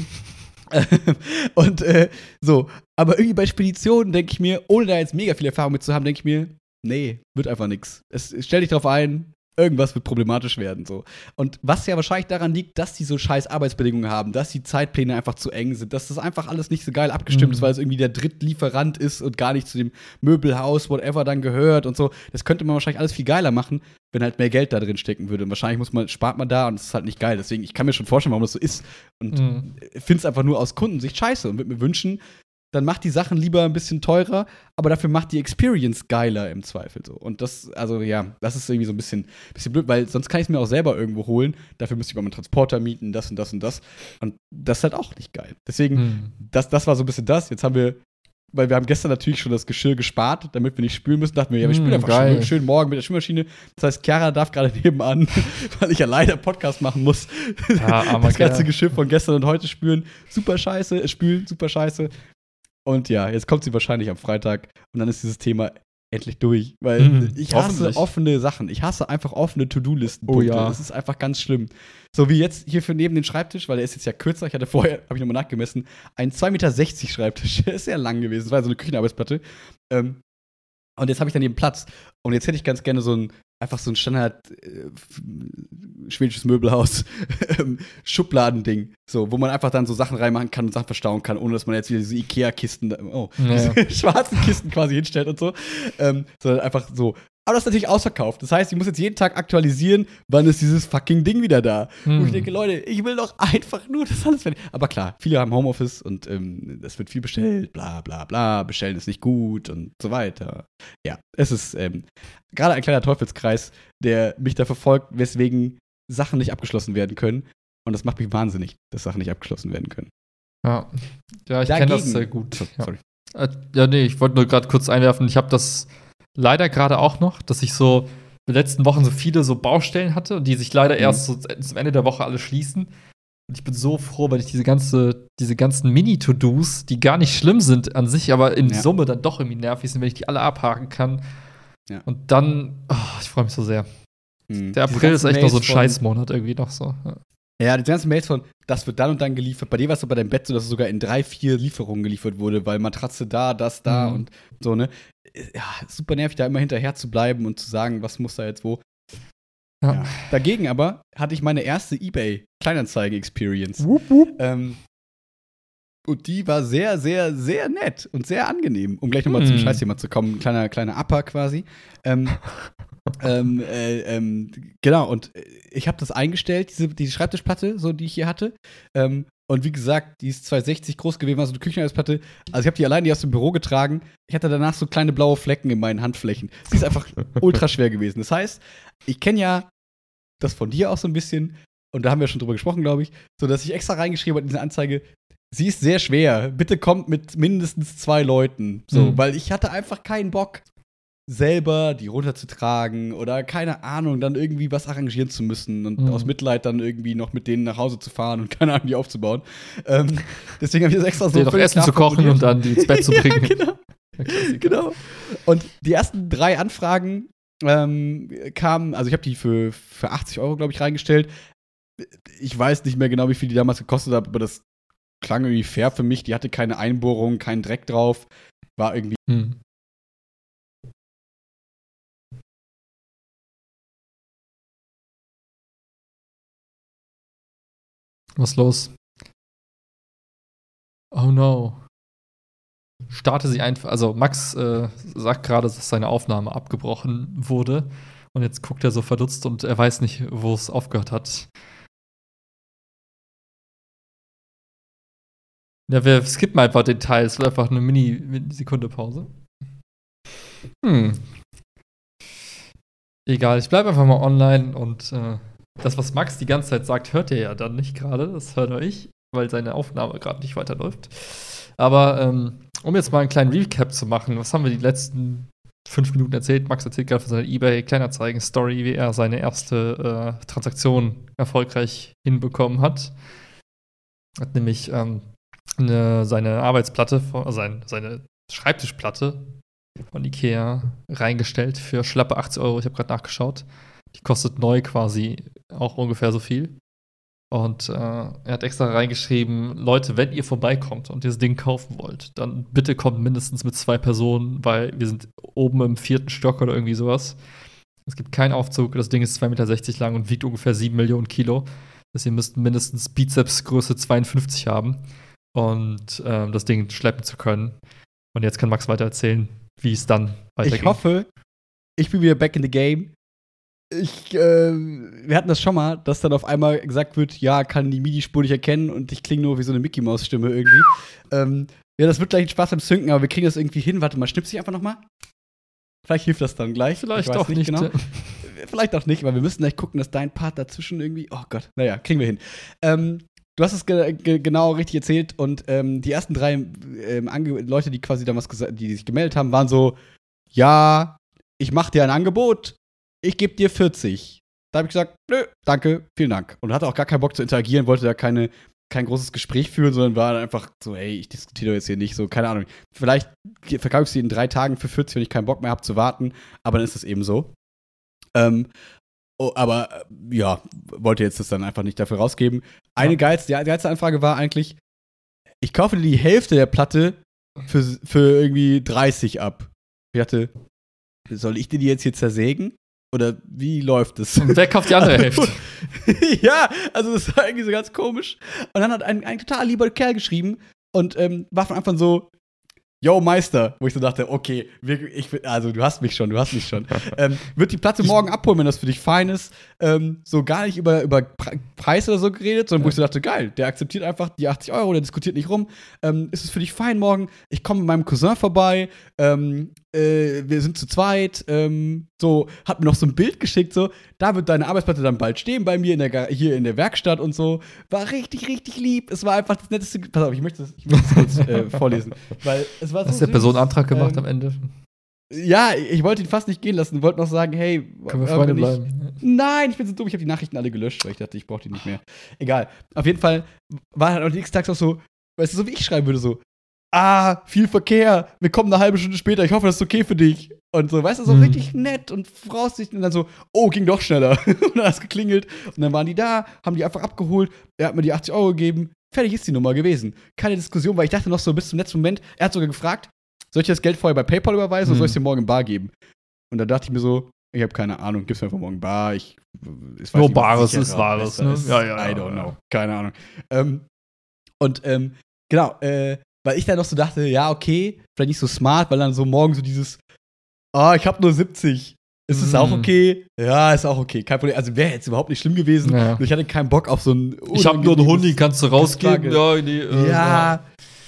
und, äh, so. Aber irgendwie bei Speditionen denke ich mir, ohne da jetzt mega viel Erfahrung mit zu haben, denke ich mir, nee, wird einfach nix. Es, stell dich drauf ein, irgendwas wird problematisch werden, so. Und was ja wahrscheinlich daran liegt, dass die so scheiß Arbeitsbedingungen haben, dass die Zeitpläne einfach zu eng sind, dass das einfach alles nicht so geil abgestimmt Mhm. ist, weil es irgendwie der Drittlieferant ist und gar nicht zu dem Möbelhaus, whatever, dann gehört und so. Das könnte man wahrscheinlich alles viel geiler machen, wenn halt mehr Geld da drin stecken würde. Und wahrscheinlich muss man, spart man da und es ist halt nicht geil. Deswegen, ich kann mir schon vorstellen, warum das so ist. Und Mhm. finde es einfach nur aus Kundensicht scheiße und würde mir wünschen, dann macht die Sachen lieber ein bisschen teurer, aber dafür macht die Experience geiler im Zweifel so. Und das, also ja, das ist irgendwie so ein bisschen, bisschen blöd, weil sonst kann ich es mir auch selber irgendwo holen. Dafür müsste ich mal einen Transporter mieten, das und das und das. Und das ist halt auch nicht geil. Deswegen, Mhm. das, das war so ein bisschen das. Jetzt haben wir, weil wir haben gestern natürlich schon das Geschirr gespart, damit wir nicht spülen müssen. Dachten wir, ja, wir spülen Mm, einfach geil. schön, schön morgen mit der Spülmaschine. Das heißt, Chiara darf gerade nebenan, weil ich ja leider Podcast machen muss, Ja, armer das ganze Kerl. Geschirr von gestern und heute spülen. Super scheiße, äh, spülen, super scheiße. Und ja, jetzt kommt sie wahrscheinlich am Freitag und dann ist dieses Thema endlich durch. Weil Mhm, ich hasse hoffentlich. offene Sachen. Ich hasse einfach offene To-Do-Listen. Oh ja. Das ist einfach ganz schlimm. So wie jetzt hier für neben den Schreibtisch, weil der ist jetzt ja kürzer. Ich hatte vorher, habe ich nochmal nachgemessen, ein zwei Meter sechzig Schreibtisch. Der ist sehr lang gewesen. Das war so eine Küchenarbeitsplatte. Ähm, und jetzt habe ich dann eben Platz. Und jetzt hätte ich ganz gerne so ein, einfach so ein Standard äh, schwedisches Möbelhaus ähm, Schubladending, so, wo man einfach dann so Sachen reinmachen kann und Sachen verstauen kann, ohne dass man jetzt wieder diese Ikea-Kisten, oh, Ja. diese schwarzen Kisten quasi hinstellt und so, ähm, sondern einfach so. Aber das ist natürlich ausverkauft. Das heißt, ich muss jetzt jeden Tag aktualisieren, wann ist dieses fucking Ding wieder da. Hm. Wo ich denke, Leute, ich will doch einfach nur das alles fertig. Aber klar, viele haben Homeoffice und ähm, es wird viel bestellt, bla bla bla, bestellen ist nicht gut und so weiter. Ja, es ist ähm, gerade ein kleiner Teufelskreis, der mich da verfolgt, weswegen Sachen nicht abgeschlossen werden können. Und das macht mich wahnsinnig, dass Sachen nicht abgeschlossen werden können. Ja, ja ich kenne das Dagegen- sehr gut. So, Ja. sorry. Äh, ja, nee, ich wollte nur gerade kurz einwerfen, ich habe das leider gerade auch noch, dass ich so in den letzten Wochen so viele so Baustellen hatte und die sich leider Mhm. erst so zum Ende der Woche alle schließen. Und ich bin so froh, wenn ich diese ganze, diese ganzen Mini-To-Dos, die gar nicht schlimm sind an sich, aber in Ja. Summe dann doch irgendwie nervig sind, wenn ich die alle abhaken kann. Ja. Und dann, oh, ich freue mich so sehr. Mhm. Der Diese April ist ganzen echt noch so ein Mails von- Scheißmonat irgendwie noch so. Ja. Ja, die ganzen Mails von, das wird dann und dann geliefert. Bei dir war es so bei deinem Bett so, dass es sogar in drei, vier Lieferungen geliefert wurde, weil Matratze da, das da Mhm. und so, ne? Ja, super nervig, da immer hinterher zu bleiben und zu sagen, was muss da jetzt wo. Ja. Ja. Dagegen aber hatte ich meine erste eBay-Kleinanzeige-Experience. Wupp, wupp. Ähm, und die war sehr, sehr, sehr nett und sehr angenehm, um gleich nochmal zum Hm. Scheißthema zu kommen. Ein kleiner, kleiner Upper quasi. Ähm, ähm, äh, ähm, genau, und äh, ich habe das eingestellt, diese, diese Schreibtischplatte, so die ich hier hatte. Ähm, und wie gesagt, die ist zwei sechzig groß gewesen, also eine Küchenarbeitsplatte. Also ich habe die allein die aus dem Büro getragen. Ich hatte danach so kleine blaue Flecken in meinen Handflächen. Sie ist einfach ultra schwer gewesen. Das heißt, ich kenne ja das von dir auch so ein bisschen. Und da haben wir schon drüber gesprochen, glaube ich. So, dass ich extra reingeschrieben habe in diese Anzeige, sie ist sehr schwer. Bitte kommt mit mindestens zwei Leuten. So, Mhm. weil ich hatte einfach keinen Bock, selber die runterzutragen oder keine Ahnung, dann irgendwie was arrangieren zu müssen und Mhm. aus Mitleid dann irgendwie noch mit denen nach Hause zu fahren und keine Ahnung, die aufzubauen. Ähm, deswegen habe ich das extra so dir noch völlig Essen klar zu kochen formuliert. und dann die ins Bett zu bringen. Ja, genau. Der Klassiker. Genau. Und die ersten drei Anfragen ähm, kamen, also ich habe die für, für achtzig Euro, glaube ich, reingestellt. Ich weiß nicht mehr genau, wie viel die damals gekostet hat, aber das klang irgendwie fair für mich. Die hatte keine Einbohrung, keinen Dreck drauf. War irgendwie. Hm. Was ist los? Oh no. Starte sie einfach. Also, Max äh, sagt gerade, dass seine Aufnahme abgebrochen wurde. Und jetzt guckt er so verdutzt und er weiß nicht, wo es aufgehört hat. Ja, wir skippen einfach den Teil. Es wird einfach eine Mini-Sekunde-Pause. Hm. Egal, ich bleibe einfach mal online und äh, das, was Max die ganze Zeit sagt, hört ihr ja dann nicht gerade. Das hört nur ich, weil seine Aufnahme gerade nicht weiterläuft. Aber ähm, um jetzt mal einen kleinen Recap zu machen, was haben wir die letzten fünf Minuten erzählt? Max erzählt gerade von seiner eBay-Kleinanzeigen-Story, wie er seine erste äh, Transaktion erfolgreich hinbekommen hat. Hat nämlich ähm, eine, seine Arbeitsplatte, von- also sein, seine Schreibtischplatte von Ikea reingestellt für schlappe achtzig Euro. Ich habe gerade nachgeschaut. Die kostet neu quasi auch ungefähr so viel. Und äh, er hat extra reingeschrieben, Leute, wenn ihr vorbeikommt und dieses Ding kaufen wollt, dann bitte kommt mindestens mit zwei Personen, weil wir sind oben im vierten Stock oder irgendwie sowas. Es gibt keinen Aufzug, das Ding ist zwei Meter sechzig lang und wiegt ungefähr sieben Millionen Kilo. Das heißt, ihr müsst mindestens Bizepsgröße zweiundfünfzig haben, und äh, das Ding schleppen zu können. Und jetzt kann Max weiter erzählen, wie es dann weitergeht. Ich hoffe, ich bin wieder back in the game. Ich, äh, wir hatten das schon mal, dass dann auf einmal gesagt wird, ja, kann die MIDI-Spur nicht erkennen und ich klinge nur wie so eine Mickey-Maus-Stimme irgendwie. ähm, ja, das wird gleich Spaß beim Synken, aber wir kriegen das irgendwie hin. Warte mal, schnipst dich einfach noch mal. Vielleicht hilft das dann gleich. Vielleicht auch nicht. Genau. Vielleicht auch nicht, weil wir müssen gleich gucken, dass dein Part dazwischen irgendwie, oh Gott, naja, kriegen wir hin. Ähm, du hast es ge ge genau richtig erzählt und ähm, die ersten drei ähm, Leute, die quasi damals die sich gemeldet haben, waren so, ja, ich mach dir ein Angebot, ich gebe dir vierzig. Da habe ich gesagt, nö, danke, vielen Dank. Und hatte auch gar keinen Bock zu interagieren, wollte da keine, kein großes Gespräch führen, sondern war dann einfach so, ey, ich diskutiere jetzt hier nicht so, keine Ahnung. Vielleicht verkaufe ich sie in drei Tagen für vierzig, wenn ich keinen Bock mehr habe zu warten, aber dann ist es eben so. Ähm, oh, aber ja, wollte jetzt das dann einfach nicht dafür rausgeben. Eine ja. geilste, die geilste Anfrage war eigentlich, ich kaufe dir die Hälfte der Platte für, für irgendwie dreißig ab. Ich dachte, soll ich dir die jetzt hier zersägen? Oder wie läuft es? Und wer kauft die andere Hälfte? Ja, also das war irgendwie so ganz komisch. Und dann hat ein, ein total lieber Kerl geschrieben und ähm, war von Anfang an so, yo, Meister, wo ich so dachte, okay, ich, also du hast mich schon, du hast mich schon. ähm, wird die Platte morgen abholen, wenn das für dich fein ist. Ähm, so gar nicht über, über Pre- Preis oder so geredet, sondern ja. wo ich so dachte, geil, der akzeptiert einfach die achtzig Euro, der diskutiert nicht rum. Ähm, ist es für dich fein morgen? Ich komme mit meinem Cousin vorbei, ähm, äh, wir sind zu zweit, ähm, so, hat mir noch so ein Bild geschickt, so, da wird deine Arbeitsplatte dann bald stehen bei mir in der, hier in der Werkstatt und so. War richtig, richtig lieb. Es war einfach das netteste. Pass auf, ich möchte das, ich möchte das kurz äh, vorlesen, weil es war so. Hast du der Person einen Antrag gemacht ähm, am Ende? Ja, ich wollte ihn fast nicht gehen lassen, wollte noch sagen, hey, können wir Freunde bleiben? Nein, ich bin so dumm, ich habe die Nachrichten alle gelöscht, weil ich dachte, ich brauche die nicht mehr. Egal. Auf jeden Fall war halt auch nächsten Tag auch so, weißt du, so wie ich schreiben würde, so, ah, viel Verkehr, wir kommen eine halbe Stunde später, ich hoffe, das ist okay für dich. Und so, weißt du, so mhm. richtig nett und voraussichtlich und dann so, oh, ging doch schneller. Und dann hat es geklingelt und dann waren die da, haben die einfach abgeholt, er hat mir die achtzig Euro gegeben, fertig ist die Nummer gewesen. Keine Diskussion, weil ich dachte noch so bis zum letzten Moment, er hat sogar gefragt, soll ich das Geld vorher bei PayPal überweisen mhm. oder soll ich es dir morgen in Bar geben? Und dann dachte ich mir so, ich habe keine Ahnung, gib's mir einfach morgen Bar. Ich, ich weiß Nur nicht, Bares ist Wahres, ne? Ja, ja, I don't know. Keine Ahnung. Ähm, und ähm, genau, äh, weil ich dann noch so dachte, ja, okay, vielleicht nicht so smart, weil dann so morgen so dieses, ah, ich habe nur siebzig. Ist es mm. auch okay? Ja, ist auch okay. Kein Problem. Also wäre jetzt überhaupt nicht schlimm gewesen. Ja. Nur ich hatte keinen Bock auf so ein. Ich habe nur einen Hundi, kannst du rausgeben? Ja, die, äh, ja,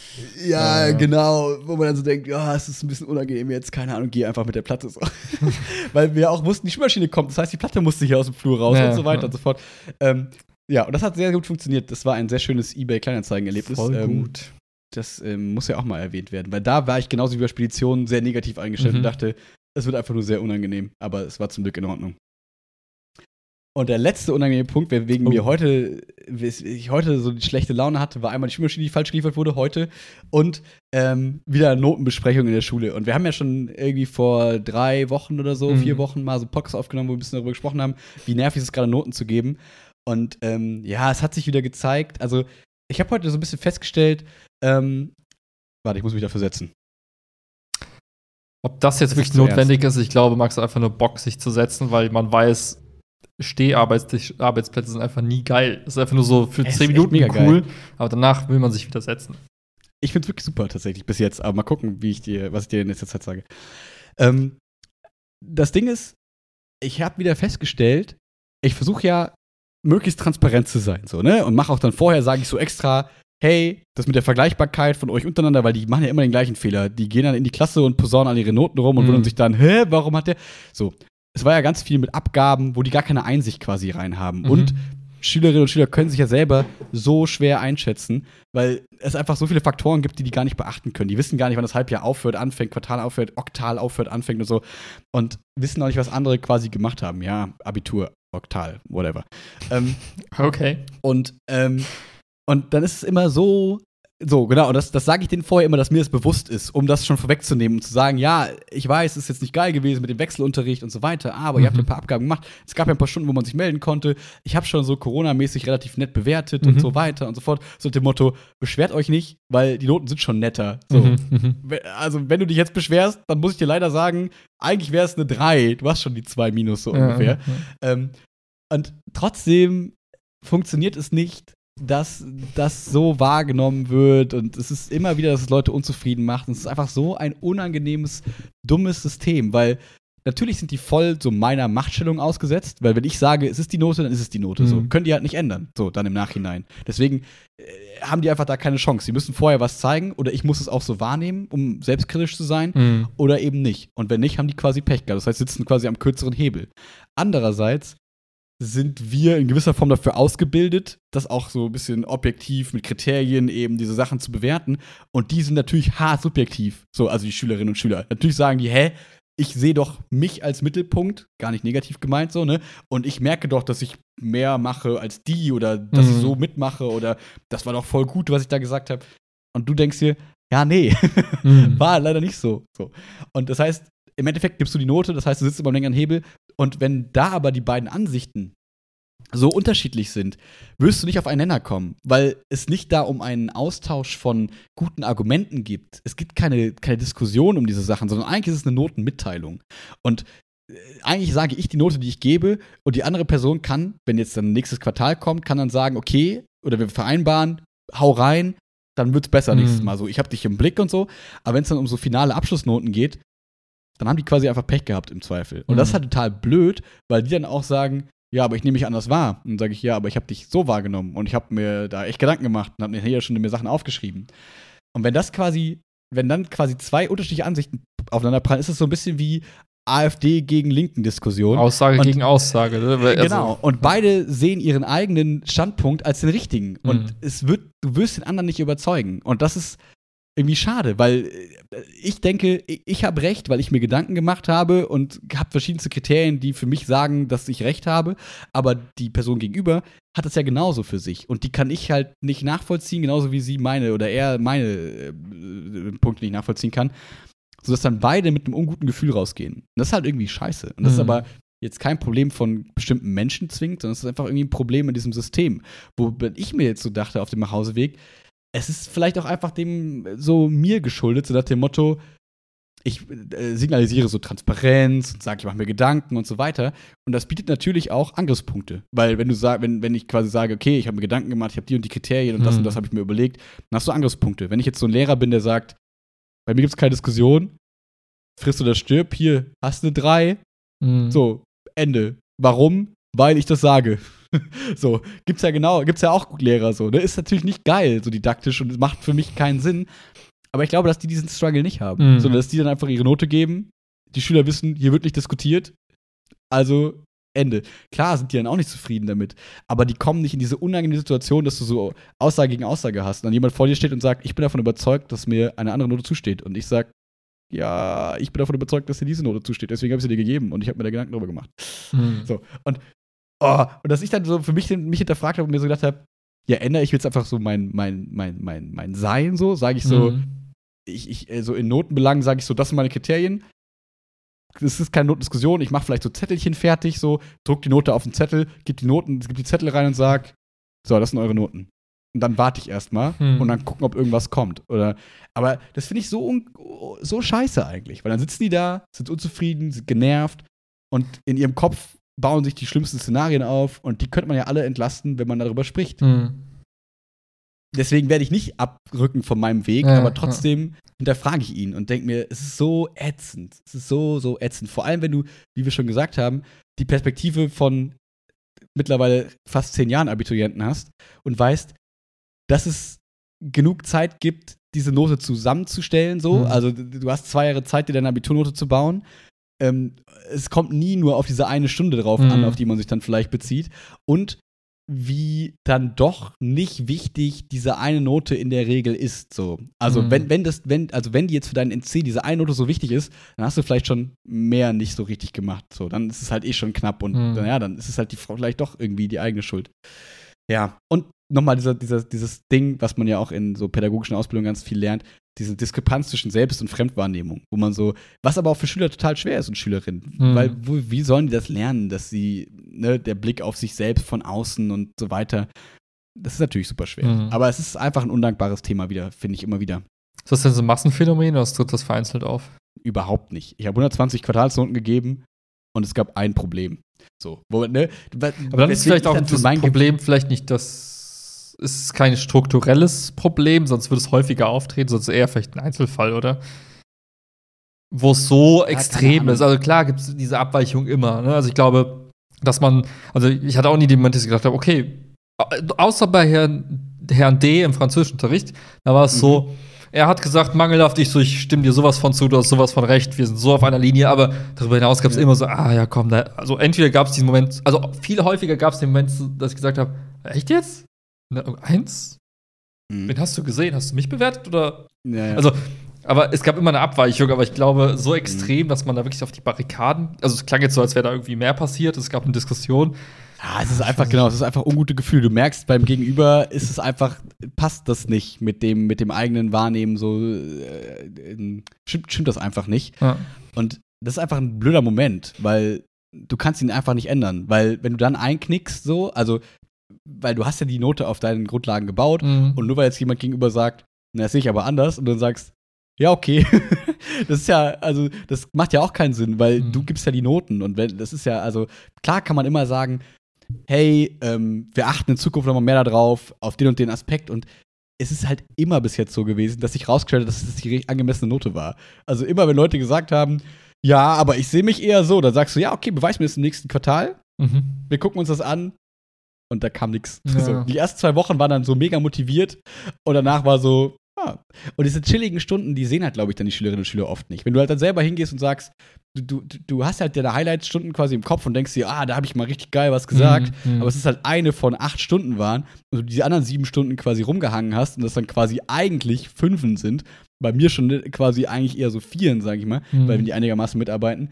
ja, ja, genau. Wo man dann so denkt, ja, es ist ein bisschen unangenehm jetzt. Keine Ahnung, geh einfach mit der Platte so. Weil wir auch wussten, die Spülmaschine kommt. Das heißt, die Platte musste hier aus dem Flur raus ja, und so weiter ja. und so fort. Ähm, ja, und das hat sehr gut funktioniert. Das war ein sehr schönes eBay-Kleinanzeigen-Erlebnis. Voll ähm, gut. Das ähm, muss ja auch mal erwähnt werden. Weil da war ich genauso wie bei Speditionen sehr negativ eingestellt mhm. und dachte, es wird einfach nur sehr unangenehm. Aber es war zum Glück in Ordnung. Und der letzte unangenehme Punkt, weswegen oh. mir heute, ich heute so die schlechte Laune hatte, war einmal die Spülmaschine, die falsch geliefert wurde heute und ähm, wieder Notenbesprechung in der Schule. Und wir haben ja schon irgendwie vor drei Wochen oder so, mhm. vier Wochen mal so Podcasts aufgenommen, wo wir ein bisschen darüber gesprochen haben, wie nervig es ist, gerade Noten zu geben. Und ähm, ja, es hat sich wieder gezeigt. Also, ich habe heute so ein bisschen festgestellt, ähm, warte, ich muss mich dafür setzen. Ob das jetzt das wirklich ist notwendig ist, ich glaube, Max hat einfach nur Bock, sich zu setzen, weil man weiß, Steharbeitsplätze sind einfach nie geil. Das ist einfach nur so für zehn Minuten mega cool, geil. Aber danach will man sich wieder setzen. Ich find's wirklich super tatsächlich bis jetzt, aber mal gucken, wie ich dir, was ich dir in nächster Zeit sage. Ähm, das Ding ist, ich habe wieder festgestellt, ich versuche ja möglichst transparent zu sein, so, ne? Und mache auch dann vorher, sage ich so extra, hey, das mit der Vergleichbarkeit von euch untereinander, weil die machen ja immer den gleichen Fehler. Die gehen dann in die Klasse und posaunen an ihre Noten rum und mhm. wundern sich dann, hä, warum hat der so? Es war ja ganz viel mit Abgaben, wo die gar keine Einsicht quasi reinhaben. Mhm. Und Schülerinnen und Schüler können sich ja selber so schwer einschätzen, weil es einfach so viele Faktoren gibt, die die gar nicht beachten können. Die wissen gar nicht, wann das Halbjahr aufhört, anfängt, Quartal aufhört, Oktal aufhört, anfängt und so. Und wissen auch nicht, was andere quasi gemacht haben. Ja, Abitur, Oktal, whatever. ähm, okay. Und, ähm, und dann ist es immer so So, genau, und das, das sage ich denen vorher immer, dass mir das bewusst ist, um das schon vorwegzunehmen und zu sagen, ja, ich weiß, es ist jetzt nicht geil gewesen mit dem Wechselunterricht und so weiter, aber mhm. ihr habt ja ein paar Abgaben gemacht, es gab ja ein paar Stunden, wo man sich melden konnte, ich habe schon so Corona-mäßig relativ nett bewertet mhm. und so weiter und so fort. So mit dem Motto, beschwert euch nicht, weil die Noten sind schon netter. So. Mhm. Also, wenn du dich jetzt beschwerst, dann muss ich dir leider sagen, eigentlich wäre es eine drei, du hast schon die zwei Minus so ja, ungefähr. Ja. Ähm, und trotzdem funktioniert es nicht, dass das so wahrgenommen wird und es ist immer wieder, dass es Leute unzufrieden macht und es ist einfach so ein unangenehmes, dummes System, weil natürlich sind die voll so meiner Machtstellung ausgesetzt, weil wenn ich sage, es ist die Note, dann ist es die Note, mhm. so, können die halt nicht ändern, so, dann im Nachhinein. Deswegen äh, haben die einfach da keine Chance. Sie müssen vorher was zeigen oder ich muss es auch so wahrnehmen, um selbstkritisch zu sein mhm. oder eben nicht. Und wenn nicht, haben die quasi Pech gehabt, das heißt, sitzen quasi am kürzeren Hebel. Andererseits sind wir in gewisser Form dafür ausgebildet, das auch so ein bisschen objektiv mit Kriterien eben diese Sachen zu bewerten. Und die sind natürlich hart subjektiv, so, also die Schülerinnen und Schüler. Natürlich sagen die, hä, ich sehe doch mich als Mittelpunkt, gar nicht negativ gemeint so, ne? Und ich merke doch, dass ich mehr mache als die oder dass mhm. ich so mitmache oder das war doch voll gut, was ich da gesagt habe. Und du denkst dir, ja, nee, mhm. war leider nicht so. so. Und das heißt, im Endeffekt gibst du die Note, das heißt, du sitzt immer am längeren Hebel. Und wenn da aber die beiden Ansichten so unterschiedlich sind, wirst du nicht auf einen Nenner kommen, weil es nicht da um einen Austausch von guten Argumenten gibt. Es gibt keine, keine Diskussion um diese Sachen, sondern eigentlich ist es eine Notenmitteilung. Und äh, eigentlich sage ich die Note, die ich gebe, und die andere Person kann, wenn jetzt dann nächstes Quartal kommt, kann dann sagen, okay, oder wir vereinbaren, hau rein, dann wird's besser mhm. nächstes Mal. So, ich habe dich im Blick und so. Aber wenn es dann um so finale Abschlussnoten geht, dann haben die quasi einfach Pech gehabt im Zweifel. Und mhm. das ist halt total blöd, weil die dann auch sagen, ja, aber ich nehme mich anders wahr. Und dann sage ich, ja, aber ich habe dich so wahrgenommen und ich habe mir da echt Gedanken gemacht und habe mir hier schon mir Sachen aufgeschrieben. Und wenn das quasi, wenn dann quasi zwei unterschiedliche Ansichten aufeinander prallen, ist es so ein bisschen wie AfD gegen Linken-Diskussion. Aussage und, gegen Aussage. Ne? Also, genau. Und beide sehen ihren eigenen Standpunkt als den richtigen. Mhm. Und es wird, du wirst den anderen nicht überzeugen. Und das ist irgendwie schade, weil ich denke, ich habe recht, weil ich mir Gedanken gemacht habe und habe verschiedenste Kriterien, die für mich sagen, dass ich recht habe, aber die Person gegenüber hat es ja genauso für sich und die kann ich halt nicht nachvollziehen, genauso wie sie meine oder er meine äh, Punkte nicht nachvollziehen kann, sodass dann beide mit einem unguten Gefühl rausgehen. Und das ist halt irgendwie scheiße. Und das mhm. ist aber jetzt kein Problem von bestimmten Menschen zwingend, sondern es ist einfach irgendwie ein Problem in diesem System, wo ich mir jetzt so dachte auf dem Nachhauseweg, es ist vielleicht auch einfach dem so mir geschuldet, so nach dem Motto, ich äh, signalisiere so Transparenz und sage, ich mache mir Gedanken und so weiter. Und das bietet natürlich auch Angriffspunkte. Weil wenn du sag, wenn, wenn ich quasi sage, okay, ich habe mir Gedanken gemacht, ich habe die und die Kriterien und das mhm. und das habe ich mir überlegt, dann hast du Angriffspunkte. Wenn ich jetzt so ein Lehrer bin, der sagt, bei mir gibt es keine Diskussion, frisst oder stirb, hier, hast eine drei, mhm. so, Ende. Warum? Weil ich das sage. So, gibt's ja genau, gibt's ja auch Lehrer so, ne? Ist natürlich nicht geil, so didaktisch und macht für mich keinen Sinn. Aber ich glaube, dass die diesen Struggle nicht haben. Mhm. Sondern dass die dann einfach ihre Note geben, die Schüler wissen, hier wird nicht diskutiert, also Ende. Klar sind die dann auch nicht zufrieden damit, aber die kommen nicht in diese unangenehme Situation, dass du so Aussage gegen Aussage hast und dann jemand vor dir steht und sagt, ich bin davon überzeugt, dass mir eine andere Note zusteht. Und ich sag, ja, ich bin davon überzeugt, dass dir diese Note zusteht, deswegen habe ich sie dir gegeben und ich habe mir da Gedanken darüber gemacht. Mhm. So, und Oh, und dass ich dann so für mich mich hinterfragt habe und mir so gedacht habe, ja, ändere ich jetzt einfach so mein, mein, mein, mein, mein Sein so, sage ich so, mhm. ich, ich, so in Notenbelangen sage ich so, das sind meine Kriterien. Das ist keine Notendiskussion, ich mache vielleicht so Zettelchen fertig, so, druck die Note auf den Zettel, gib die Noten, gib die Zettel rein und sag, so, das sind eure Noten. Und dann warte ich erstmal mhm. und dann gucken, ob irgendwas kommt. Oder, aber das finde ich so, un, so scheiße eigentlich, weil dann sitzen die da, sind unzufrieden, sind genervt und in ihrem Kopf bauen sich die schlimmsten Szenarien auf und die könnte man ja alle entlasten, wenn man darüber spricht. Mhm. Deswegen werde ich nicht abrücken von meinem Weg, ja, aber trotzdem ja. hinterfrage ich ihn und denke mir, es ist so ätzend. Es ist so, so ätzend. Vor allem, wenn du, wie wir schon gesagt haben, die Perspektive von mittlerweile fast zehn Jahren Abiturienten hast und weißt, dass es genug Zeit gibt, diese Note zusammenzustellen. So. Mhm. Also du hast zwei Jahre Zeit, dir deine Abiturnote zu bauen. Ähm, es kommt nie nur auf diese eine Stunde drauf mhm. an, auf die man sich dann vielleicht bezieht. Und wie dann doch nicht wichtig diese eine Note in der Regel ist. So. Also mhm. wenn, wenn das, wenn, also wenn die jetzt für deinen N C diese eine Note so wichtig ist, dann hast du vielleicht schon mehr nicht so richtig gemacht. So, dann ist es halt eh schon knapp und mhm. dann, ja, dann ist es halt die Frau vielleicht doch irgendwie die eigene Schuld. Ja, und nochmal dieser, dieser, dieses Ding, was man ja auch in so pädagogischen Ausbildungen ganz viel lernt, diese Diskrepanz zwischen Selbst- und Fremdwahrnehmung, wo man so, was aber auch für Schüler total schwer ist und Schülerinnen, Mhm. weil wo, wie sollen die das lernen, dass sie, ne, der Blick auf sich selbst von außen und so weiter, das ist natürlich super schwer. Mhm. Aber es ist einfach ein undankbares Thema wieder, finde ich immer wieder. Ist das denn so ein Massenphänomen oder tritt das vereinzelt auf? Überhaupt nicht. Ich habe hundertzwanzig Quartalsnoten gegeben und es gab ein Problem. So, wo, ne, Aber dann ist vielleicht auch das Problem vielleicht nicht das, ist kein strukturelles Problem, sonst würde es häufiger auftreten, sonst eher vielleicht ein Einzelfall, oder? Wo es so Ja, extrem ist. Also klar gibt es diese Abweichung immer. Ne? Also ich glaube, dass man, also ich hatte auch nie den Moment, dass ich gedacht habe, okay, außer bei Herrn, Herrn D. im Französischunterricht, da war es mhm. so, er hat gesagt, mangelhaft, ich so, ich stimme dir sowas von zu, du hast sowas von recht, wir sind so auf einer Linie, aber darüber hinaus gab es ja. immer so, ah ja, komm, da, also entweder gab es diesen Moment, also viel häufiger gab es den Moment, dass ich gesagt habe, echt jetzt? Na, eins? Mhm. Wen hast du gesehen? Hast du mich bewertet oder? Ja, ja. Also, aber es gab immer eine Abweichung, aber ich glaube, so extrem, mhm. dass man da wirklich auf die Barrikaden, also es klang jetzt so, als wäre da irgendwie mehr passiert, es gab eine Diskussion. Ja, es ist einfach, genau, es ist einfach ungute Gefühl. Du merkst, beim Gegenüber ist es einfach, passt das nicht mit dem, mit dem eigenen Wahrnehmen, so äh, stimmt, stimmt das einfach nicht. Ja. Und das ist einfach ein blöder Moment, weil du kannst ihn einfach nicht ändern. Weil wenn du dann einknickst, so, also weil du hast ja die Note auf deinen Grundlagen gebaut mhm. und nur weil jetzt jemand gegenüber sagt, na, das sehe ich aber anders und dann sagst, ja, okay. Das ist ja, also, das macht ja auch keinen Sinn, weil mhm. du gibst ja die Noten und wenn, das ist ja, also, klar kann man immer sagen, hey, ähm, wir achten in Zukunft noch mal mehr darauf, auf den und den Aspekt und es ist halt immer bis jetzt so gewesen, dass ich rausgestellt habe, dass es die angemessene Note war. Also immer, wenn Leute gesagt haben, ja, aber ich sehe mich eher so, dann sagst du, ja, okay, beweis mir das im nächsten Quartal, mhm. wir gucken uns das an und da kam nichts. Ja. So, die ersten zwei Wochen waren dann so mega motiviert und danach war so, ah. Und diese chilligen Stunden, die sehen halt, glaube ich, dann die Schülerinnen und Schüler oft nicht. Wenn du halt dann selber hingehst und sagst, du, du, du hast halt deine Highlight-Stunden quasi im Kopf und denkst dir, ah, da habe ich mal richtig geil was gesagt, mhm. aber es ist halt eine von acht Stunden waren und du diese anderen sieben Stunden quasi rumgehangen hast und das dann quasi eigentlich Fünfen sind, bei mir schon quasi eigentlich eher so Vieren, sage ich mal, mhm. weil die einigermaßen mitarbeiten.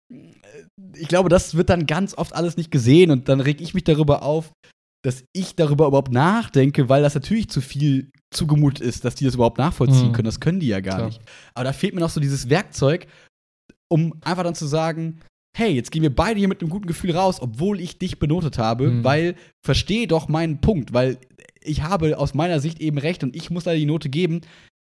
Ich glaube, das wird dann ganz oft alles nicht gesehen und dann reg ich mich darüber auf, dass ich darüber überhaupt nachdenke, weil das natürlich zu viel zugemutet ist, dass die das überhaupt nachvollziehen mhm. können. Das können die ja gar Klar. nicht. Aber da fehlt mir noch so dieses Werkzeug, um einfach dann zu sagen, hey, jetzt gehen wir beide hier mit einem guten Gefühl raus, obwohl ich dich benotet habe, mhm. weil verstehe doch meinen Punkt, weil ich habe aus meiner Sicht eben recht und ich muss da die Note geben.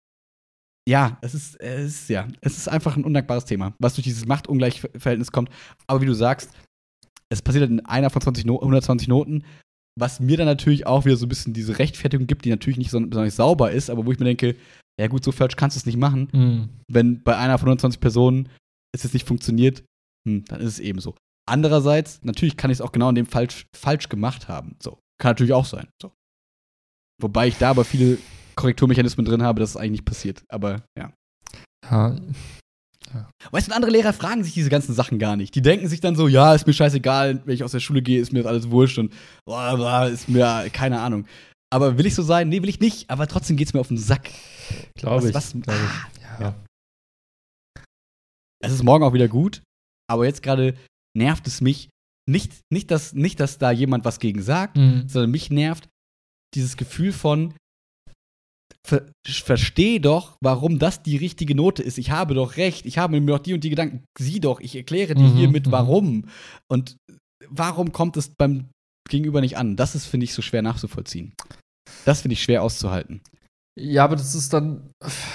Ja, es ist, es ist, ja, es ist einfach ein undankbares Thema, was durch dieses Machtungleichverhältnis kommt. Aber wie du sagst, es passiert halt in einer von zwanzig no- hundertzwanzig Noten, was mir dann natürlich auch wieder so ein bisschen diese Rechtfertigung gibt, die natürlich nicht so besonders sauber ist, aber wo ich mir denke, ja gut, so falsch kannst du es nicht machen. Mhm. Wenn bei einer von hundertzwanzig Personen es jetzt nicht funktioniert, hm, dann ist es eben so. Andererseits, natürlich kann ich es auch genau in dem falsch, falsch gemacht haben. So, kann natürlich auch sein. So. Wobei ich da aber viele Korrekturmechanismen drin habe, dass es eigentlich nicht passiert. Aber ja. Ja. Ja. Weißt du, andere Lehrer fragen sich diese ganzen Sachen gar nicht. Die denken sich dann so, ja, ist mir scheißegal, wenn ich aus der Schule gehe, ist mir das alles wurscht und bla, bla, ist mir keine Ahnung. Aber will ich so sein? Nee, will ich nicht. Aber trotzdem geht's mir auf den Sack. Glaube ich. Was, was, glaub ich. Ah, ja. Es ist morgen auch wieder gut, aber jetzt gerade nervt es mich. Nicht, nicht, dass, nicht, dass da jemand was gegen sagt, Mhm. sondern mich nervt dieses Gefühl von, ver, versteh doch, warum das die richtige Note ist. Ich habe doch recht, ich habe mir doch die und die Gedanken. Sieh doch, ich erkläre dir Mhm, hiermit, mhm. warum. Und warum kommt es beim Gegenüber nicht an? Das ist, finde ich, so schwer nachzuvollziehen. Das finde ich schwer auszuhalten. Ja, aber das ist dann.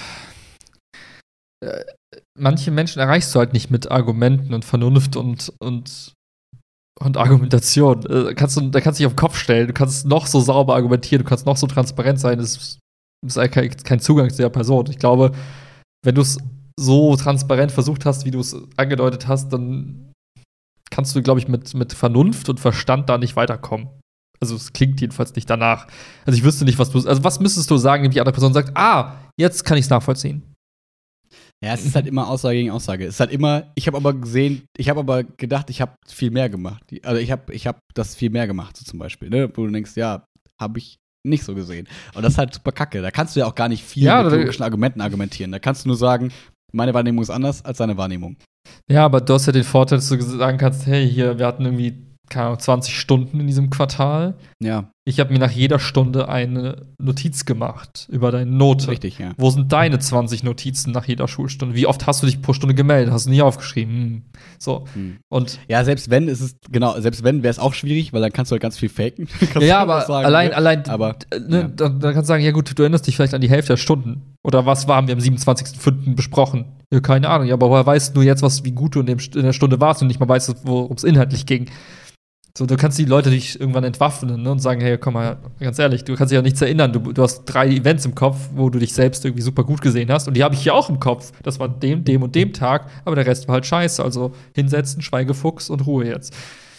Äh, manche Menschen erreichst du halt nicht mit Argumenten und Vernunft und, und, und Argumentation. Äh, kannst du, da kannst du dich auf den Kopf stellen, du kannst noch so sauber argumentieren, du kannst noch so transparent sein, das ist halt kein, kein Zugang zu der Person. Ich glaube, wenn du es so transparent versucht hast, wie du es angedeutet hast, dann kannst du, glaube ich, mit, mit Vernunft und Verstand da nicht weiterkommen. Also es klingt jedenfalls nicht danach. Also ich wüsste nicht, was du, also was müsstest du sagen, wenn die andere Person sagt, ah, jetzt kann ich es nachvollziehen. Ja, es ist halt immer Aussage gegen Aussage. Es ist halt immer, ich habe aber gesehen, ich habe aber gedacht, ich habe viel mehr gemacht. Also ich habe ich hab das viel mehr gemacht, so zum Beispiel, ne? Wo du denkst, ja, habe ich nicht so gesehen. Und das ist halt super kacke. Da kannst du ja auch gar nicht viel Ja, mit da- logischen Argumenten argumentieren. Da kannst du nur sagen, meine Wahrnehmung ist anders als deine Wahrnehmung. Ja, aber du hast ja den Vorteil, dass du sagen kannst, hey, hier, wir hatten irgendwie keine Ahnung, zwanzig Stunden in diesem Quartal. Ja. Ich habe mir nach jeder Stunde eine Notiz gemacht über deine Note. Richtig, ja. Wo sind deine zwanzig Notizen nach jeder Schulstunde? Wie oft hast du dich pro Stunde gemeldet? Hast du nie aufgeschrieben? Hm. So. Hm. Und ja, selbst wenn, ist es, genau, selbst wenn, wäre es auch schwierig, weil dann kannst du halt ganz viel faken. ja, aber sagen, allein, ne? allein, aber, ne, ja. dann, dann kannst du sagen, ja gut, du erinnerst dich vielleicht an die Hälfte der Stunden. Oder was haben wir am siebenundzwanzigsten fünften besprochen? Ja, keine Ahnung. Ja, aber woher weißt du jetzt, was, wie gut du in, dem, in der Stunde warst und nicht mal weißt, worum es inhaltlich ging? So, du kannst die Leute dich irgendwann entwaffnen, ne, und sagen, hey, komm mal, ganz ehrlich, du kannst dich ja nichts erinnern. Du, du hast drei Events im Kopf, wo du dich selbst irgendwie super gut gesehen hast. Und die habe ich hier auch im Kopf. Das war dem, dem und dem Tag, aber der Rest war halt scheiße. Also hinsetzen, Schweigefuchs und Ruhe jetzt.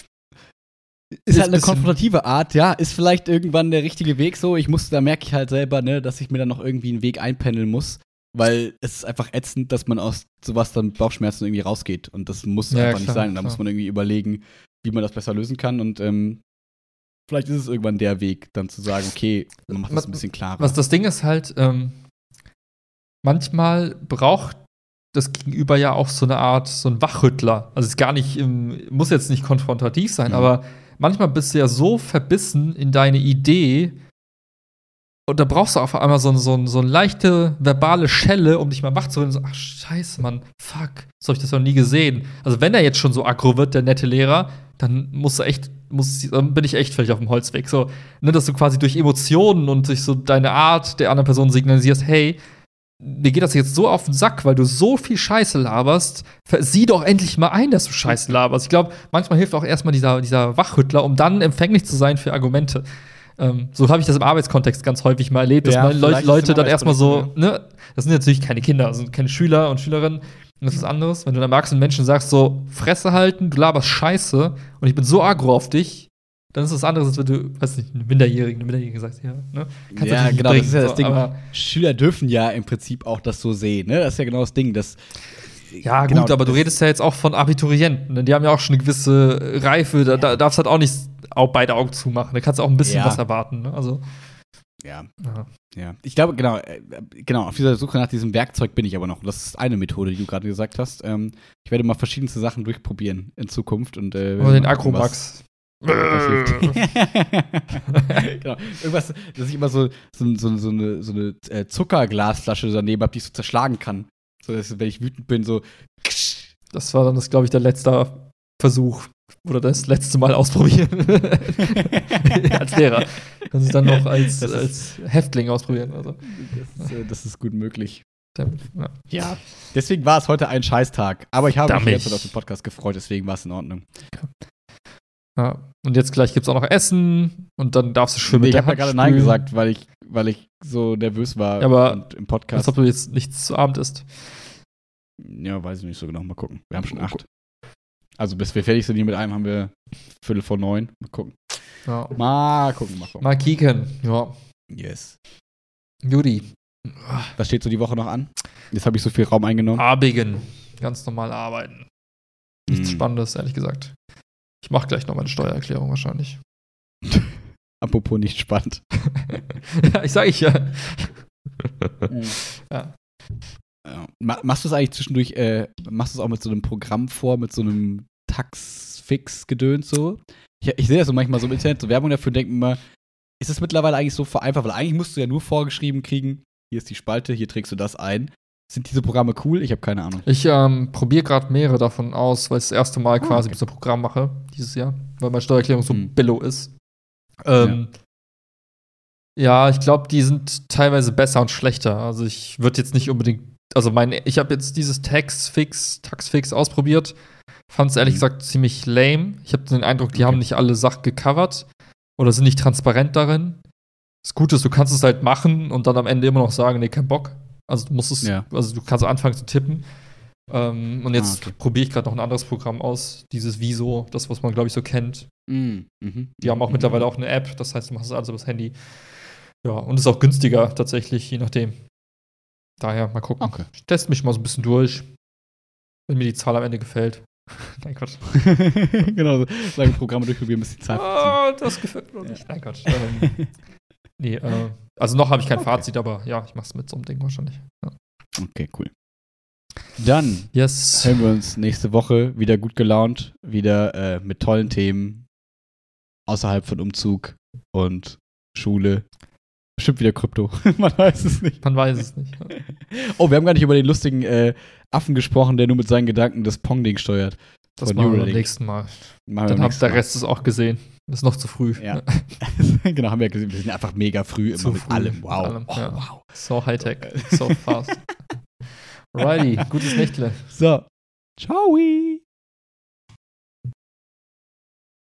Ist, ist halt eine konfrontative Art, ja. Ist vielleicht irgendwann der richtige Weg so. Ich muss, da merke ich halt selber, ne, dass ich mir dann noch irgendwie einen Weg einpendeln muss. Weil es ist einfach ätzend, dass man aus sowas dann mit Bauchschmerzen irgendwie rausgeht. Und das muss ja, einfach klar, nicht sein. Und da klar. muss man irgendwie überlegen, wie man das besser lösen kann. Und ähm, vielleicht ist es irgendwann der Weg, dann zu sagen, okay, man macht das ein bisschen klarer. Was das Ding ist halt, ähm, manchmal braucht das Gegenüber ja auch so eine Art, so ein Wachrüttler. Also es ist gar nicht, im, muss jetzt nicht konfrontativ sein, Mhm. aber manchmal bist du ja so verbissen in deine Idee, und da brauchst du auf einmal so, so, so eine leichte verbale Schelle, um dich mal wach zu werden. So, ach, scheiße, Mann, fuck, so hab ich das noch nie gesehen. Also, wenn er jetzt schon so aggro wird, der nette Lehrer, dann musst du echt, muss, dann bin ich echt völlig auf dem Holzweg. So, ne, dass du quasi durch Emotionen und durch so deine Art der anderen Person signalisierst, hey, mir geht das jetzt so auf den Sack, weil du so viel Scheiße laberst. Sieh doch endlich mal ein, dass du Scheiße laberst. Ich glaube, manchmal hilft auch erstmal dieser, dieser Wachrüttler, um dann empfänglich zu sein für Argumente. Ähm, so habe ich das im Arbeitskontext ganz häufig mal erlebt, dass Ja, mal Leute, vielleicht Leute ist dann erstmal so, Arbeitskontext, ne, das sind natürlich keine Kinder, das sind keine Schüler und Schülerinnen. Und das ist anderes. Wenn du dann magst und Menschen sagst, so, Fresse halten, du laberst Scheiße und ich bin so aggro auf dich, dann ist das anderes, als wenn du, weiß nicht, eine Minderjährige, eine Minderjährige sagst, ja, ne? Kannst ja, natürlich genau, bringen, das ist ja das so, Ding. aber Schüler dürfen ja im Prinzip auch das so sehen, ne? Das ist ja genau das Ding, dass ja, genau, gut, aber du redest ja jetzt auch von Abiturienten. Ne? Die haben ja auch schon eine gewisse Reife. Da, da darfst du halt auch nicht auch beide Augen zumachen. Da kannst du auch ein bisschen Ja. was erwarten. Ne? Also, ja. ja. Ja, ich glaube, genau, äh, genau, auf dieser Suche nach diesem Werkzeug bin ich aber noch. Das ist eine Methode, die du gerade gesagt hast. Ähm, ich werde mal verschiedenste Sachen durchprobieren in Zukunft. Und, äh, Oder den mal gucken, Akromax. was hilft. Genau. Irgendwas, dass ich immer so, so, so, so eine, so eine äh, Zuckerglasflasche daneben habe, die ich so zerschlagen kann. So, dass, wenn ich wütend bin, so. Das war dann, das, glaube ich, der letzte Versuch. Oder das letzte Mal ausprobieren. Als Lehrer. Kann sich dann noch als, Das als Häftling ausprobieren. Also. Das ist, äh, das ist gut möglich. Ja. Ja. Deswegen war es heute ein Scheißtag. Aber ich habe mich Damit. jetzt auf den Podcast gefreut, deswegen war es in Ordnung. Ja. Und jetzt gleich gibt es auch noch Essen und dann darfst du schön Nee, mit ich der habe ja Hand gerade Nein spülen. gesagt, weil ich, weil ich so nervös war Ja, aber und im Als Podcast. ob du jetzt nichts zu Abend isst. Ja, weiß ich nicht so genau. Mal gucken. Wir haben schon acht. Also bis wir fertig sind hier mit einem, haben wir Viertel vor neun. Mal gucken. Ja. Mal gucken, mal gucken. Mal kicken. Ja. Yes. Judy. Was steht so die Woche noch an? Jetzt habe ich so viel Raum eingenommen. Abigen. Ganz normal arbeiten. Nichts Hm. Spannendes, ehrlich gesagt. Ich mache gleich noch meine Steuererklärung wahrscheinlich. Apropos nicht spannend. Ja, ich sage ich ja. Ja. Ja. Ma- Machst du es eigentlich zwischendurch, äh, machst du es auch mit so einem Programm vor, mit so einem Tax-Fix-Gedöns so? Ich, ich sehe das so manchmal so im Internet, so Werbung dafür, denke mir mal, ist es mittlerweile eigentlich so vereinfacht? Weil eigentlich musst du ja nur vorgeschrieben kriegen, hier ist die Spalte, hier trägst du das ein. Sind diese Programme cool? Ich habe keine Ahnung. Ich ähm, probiere gerade mehrere davon aus, weil ich das erste Mal Ah, quasi okay. mit so einem Programm mache, dieses Jahr, weil meine Steuererklärung so Hm. billow ist. Ähm, ja. ich glaube, die sind teilweise besser und schlechter. Also ich würde jetzt nicht unbedingt, also mein, ich habe jetzt dieses Taxfix, Taxfix ausprobiert, fand es ehrlich Mhm. gesagt ziemlich lame. Ich habe den Eindruck, die Okay. haben nicht alle Sachen gecovert oder sind nicht transparent darin. Das Gute ist, du kannst es halt machen und dann am Ende immer noch sagen, nee, kein Bock. Also du musst es, Ja. also du kannst anfangen zu tippen. Ähm, und jetzt Ah, okay. probiere ich gerade noch ein anderes Programm aus, dieses Viso, das, was man, glaube ich, so kennt. Mhm. Mhm. Die haben auch Mhm. mittlerweile auch eine App, das heißt, du machst es alles übers Handy. Ja, und ist auch günstiger tatsächlich, je nachdem. Daher mal gucken. Okay. Ich teste mich mal so ein bisschen durch, wenn mir die Zahl am Ende gefällt. Nein, Quatsch. Genau, so lange Programme durchprobieren, bis die Zeit Oh, das gefällt mir noch nicht. Nein, Quatsch. Ähm, nee, äh, also noch habe ich kein Okay. Fazit, aber ja, ich mach's mit so einem Ding wahrscheinlich. Ja. Okay, cool. Dann Yes. hören wir uns nächste Woche wieder gut gelaunt, wieder äh, mit tollen Themen, außerhalb von Umzug und Schule. Bestimmt wieder Krypto. Man weiß es nicht. Man weiß es nicht. Oh, wir haben gar nicht über den lustigen äh, Affen gesprochen, der nur mit seinen Gedanken das Pong-Ding steuert. Das machen wir beim nächsten Mal. Machen Dann wir habt der Rest es auch gesehen. Das ist noch zu früh. Ja. Genau, haben wir gesehen. Wir sind einfach mega früh immer Zu mit früh. allem. Wow. Mit allem, oh, ja. wow. So Hightech, so fast. Alrighty, gutes Nächtle. So. Ciao.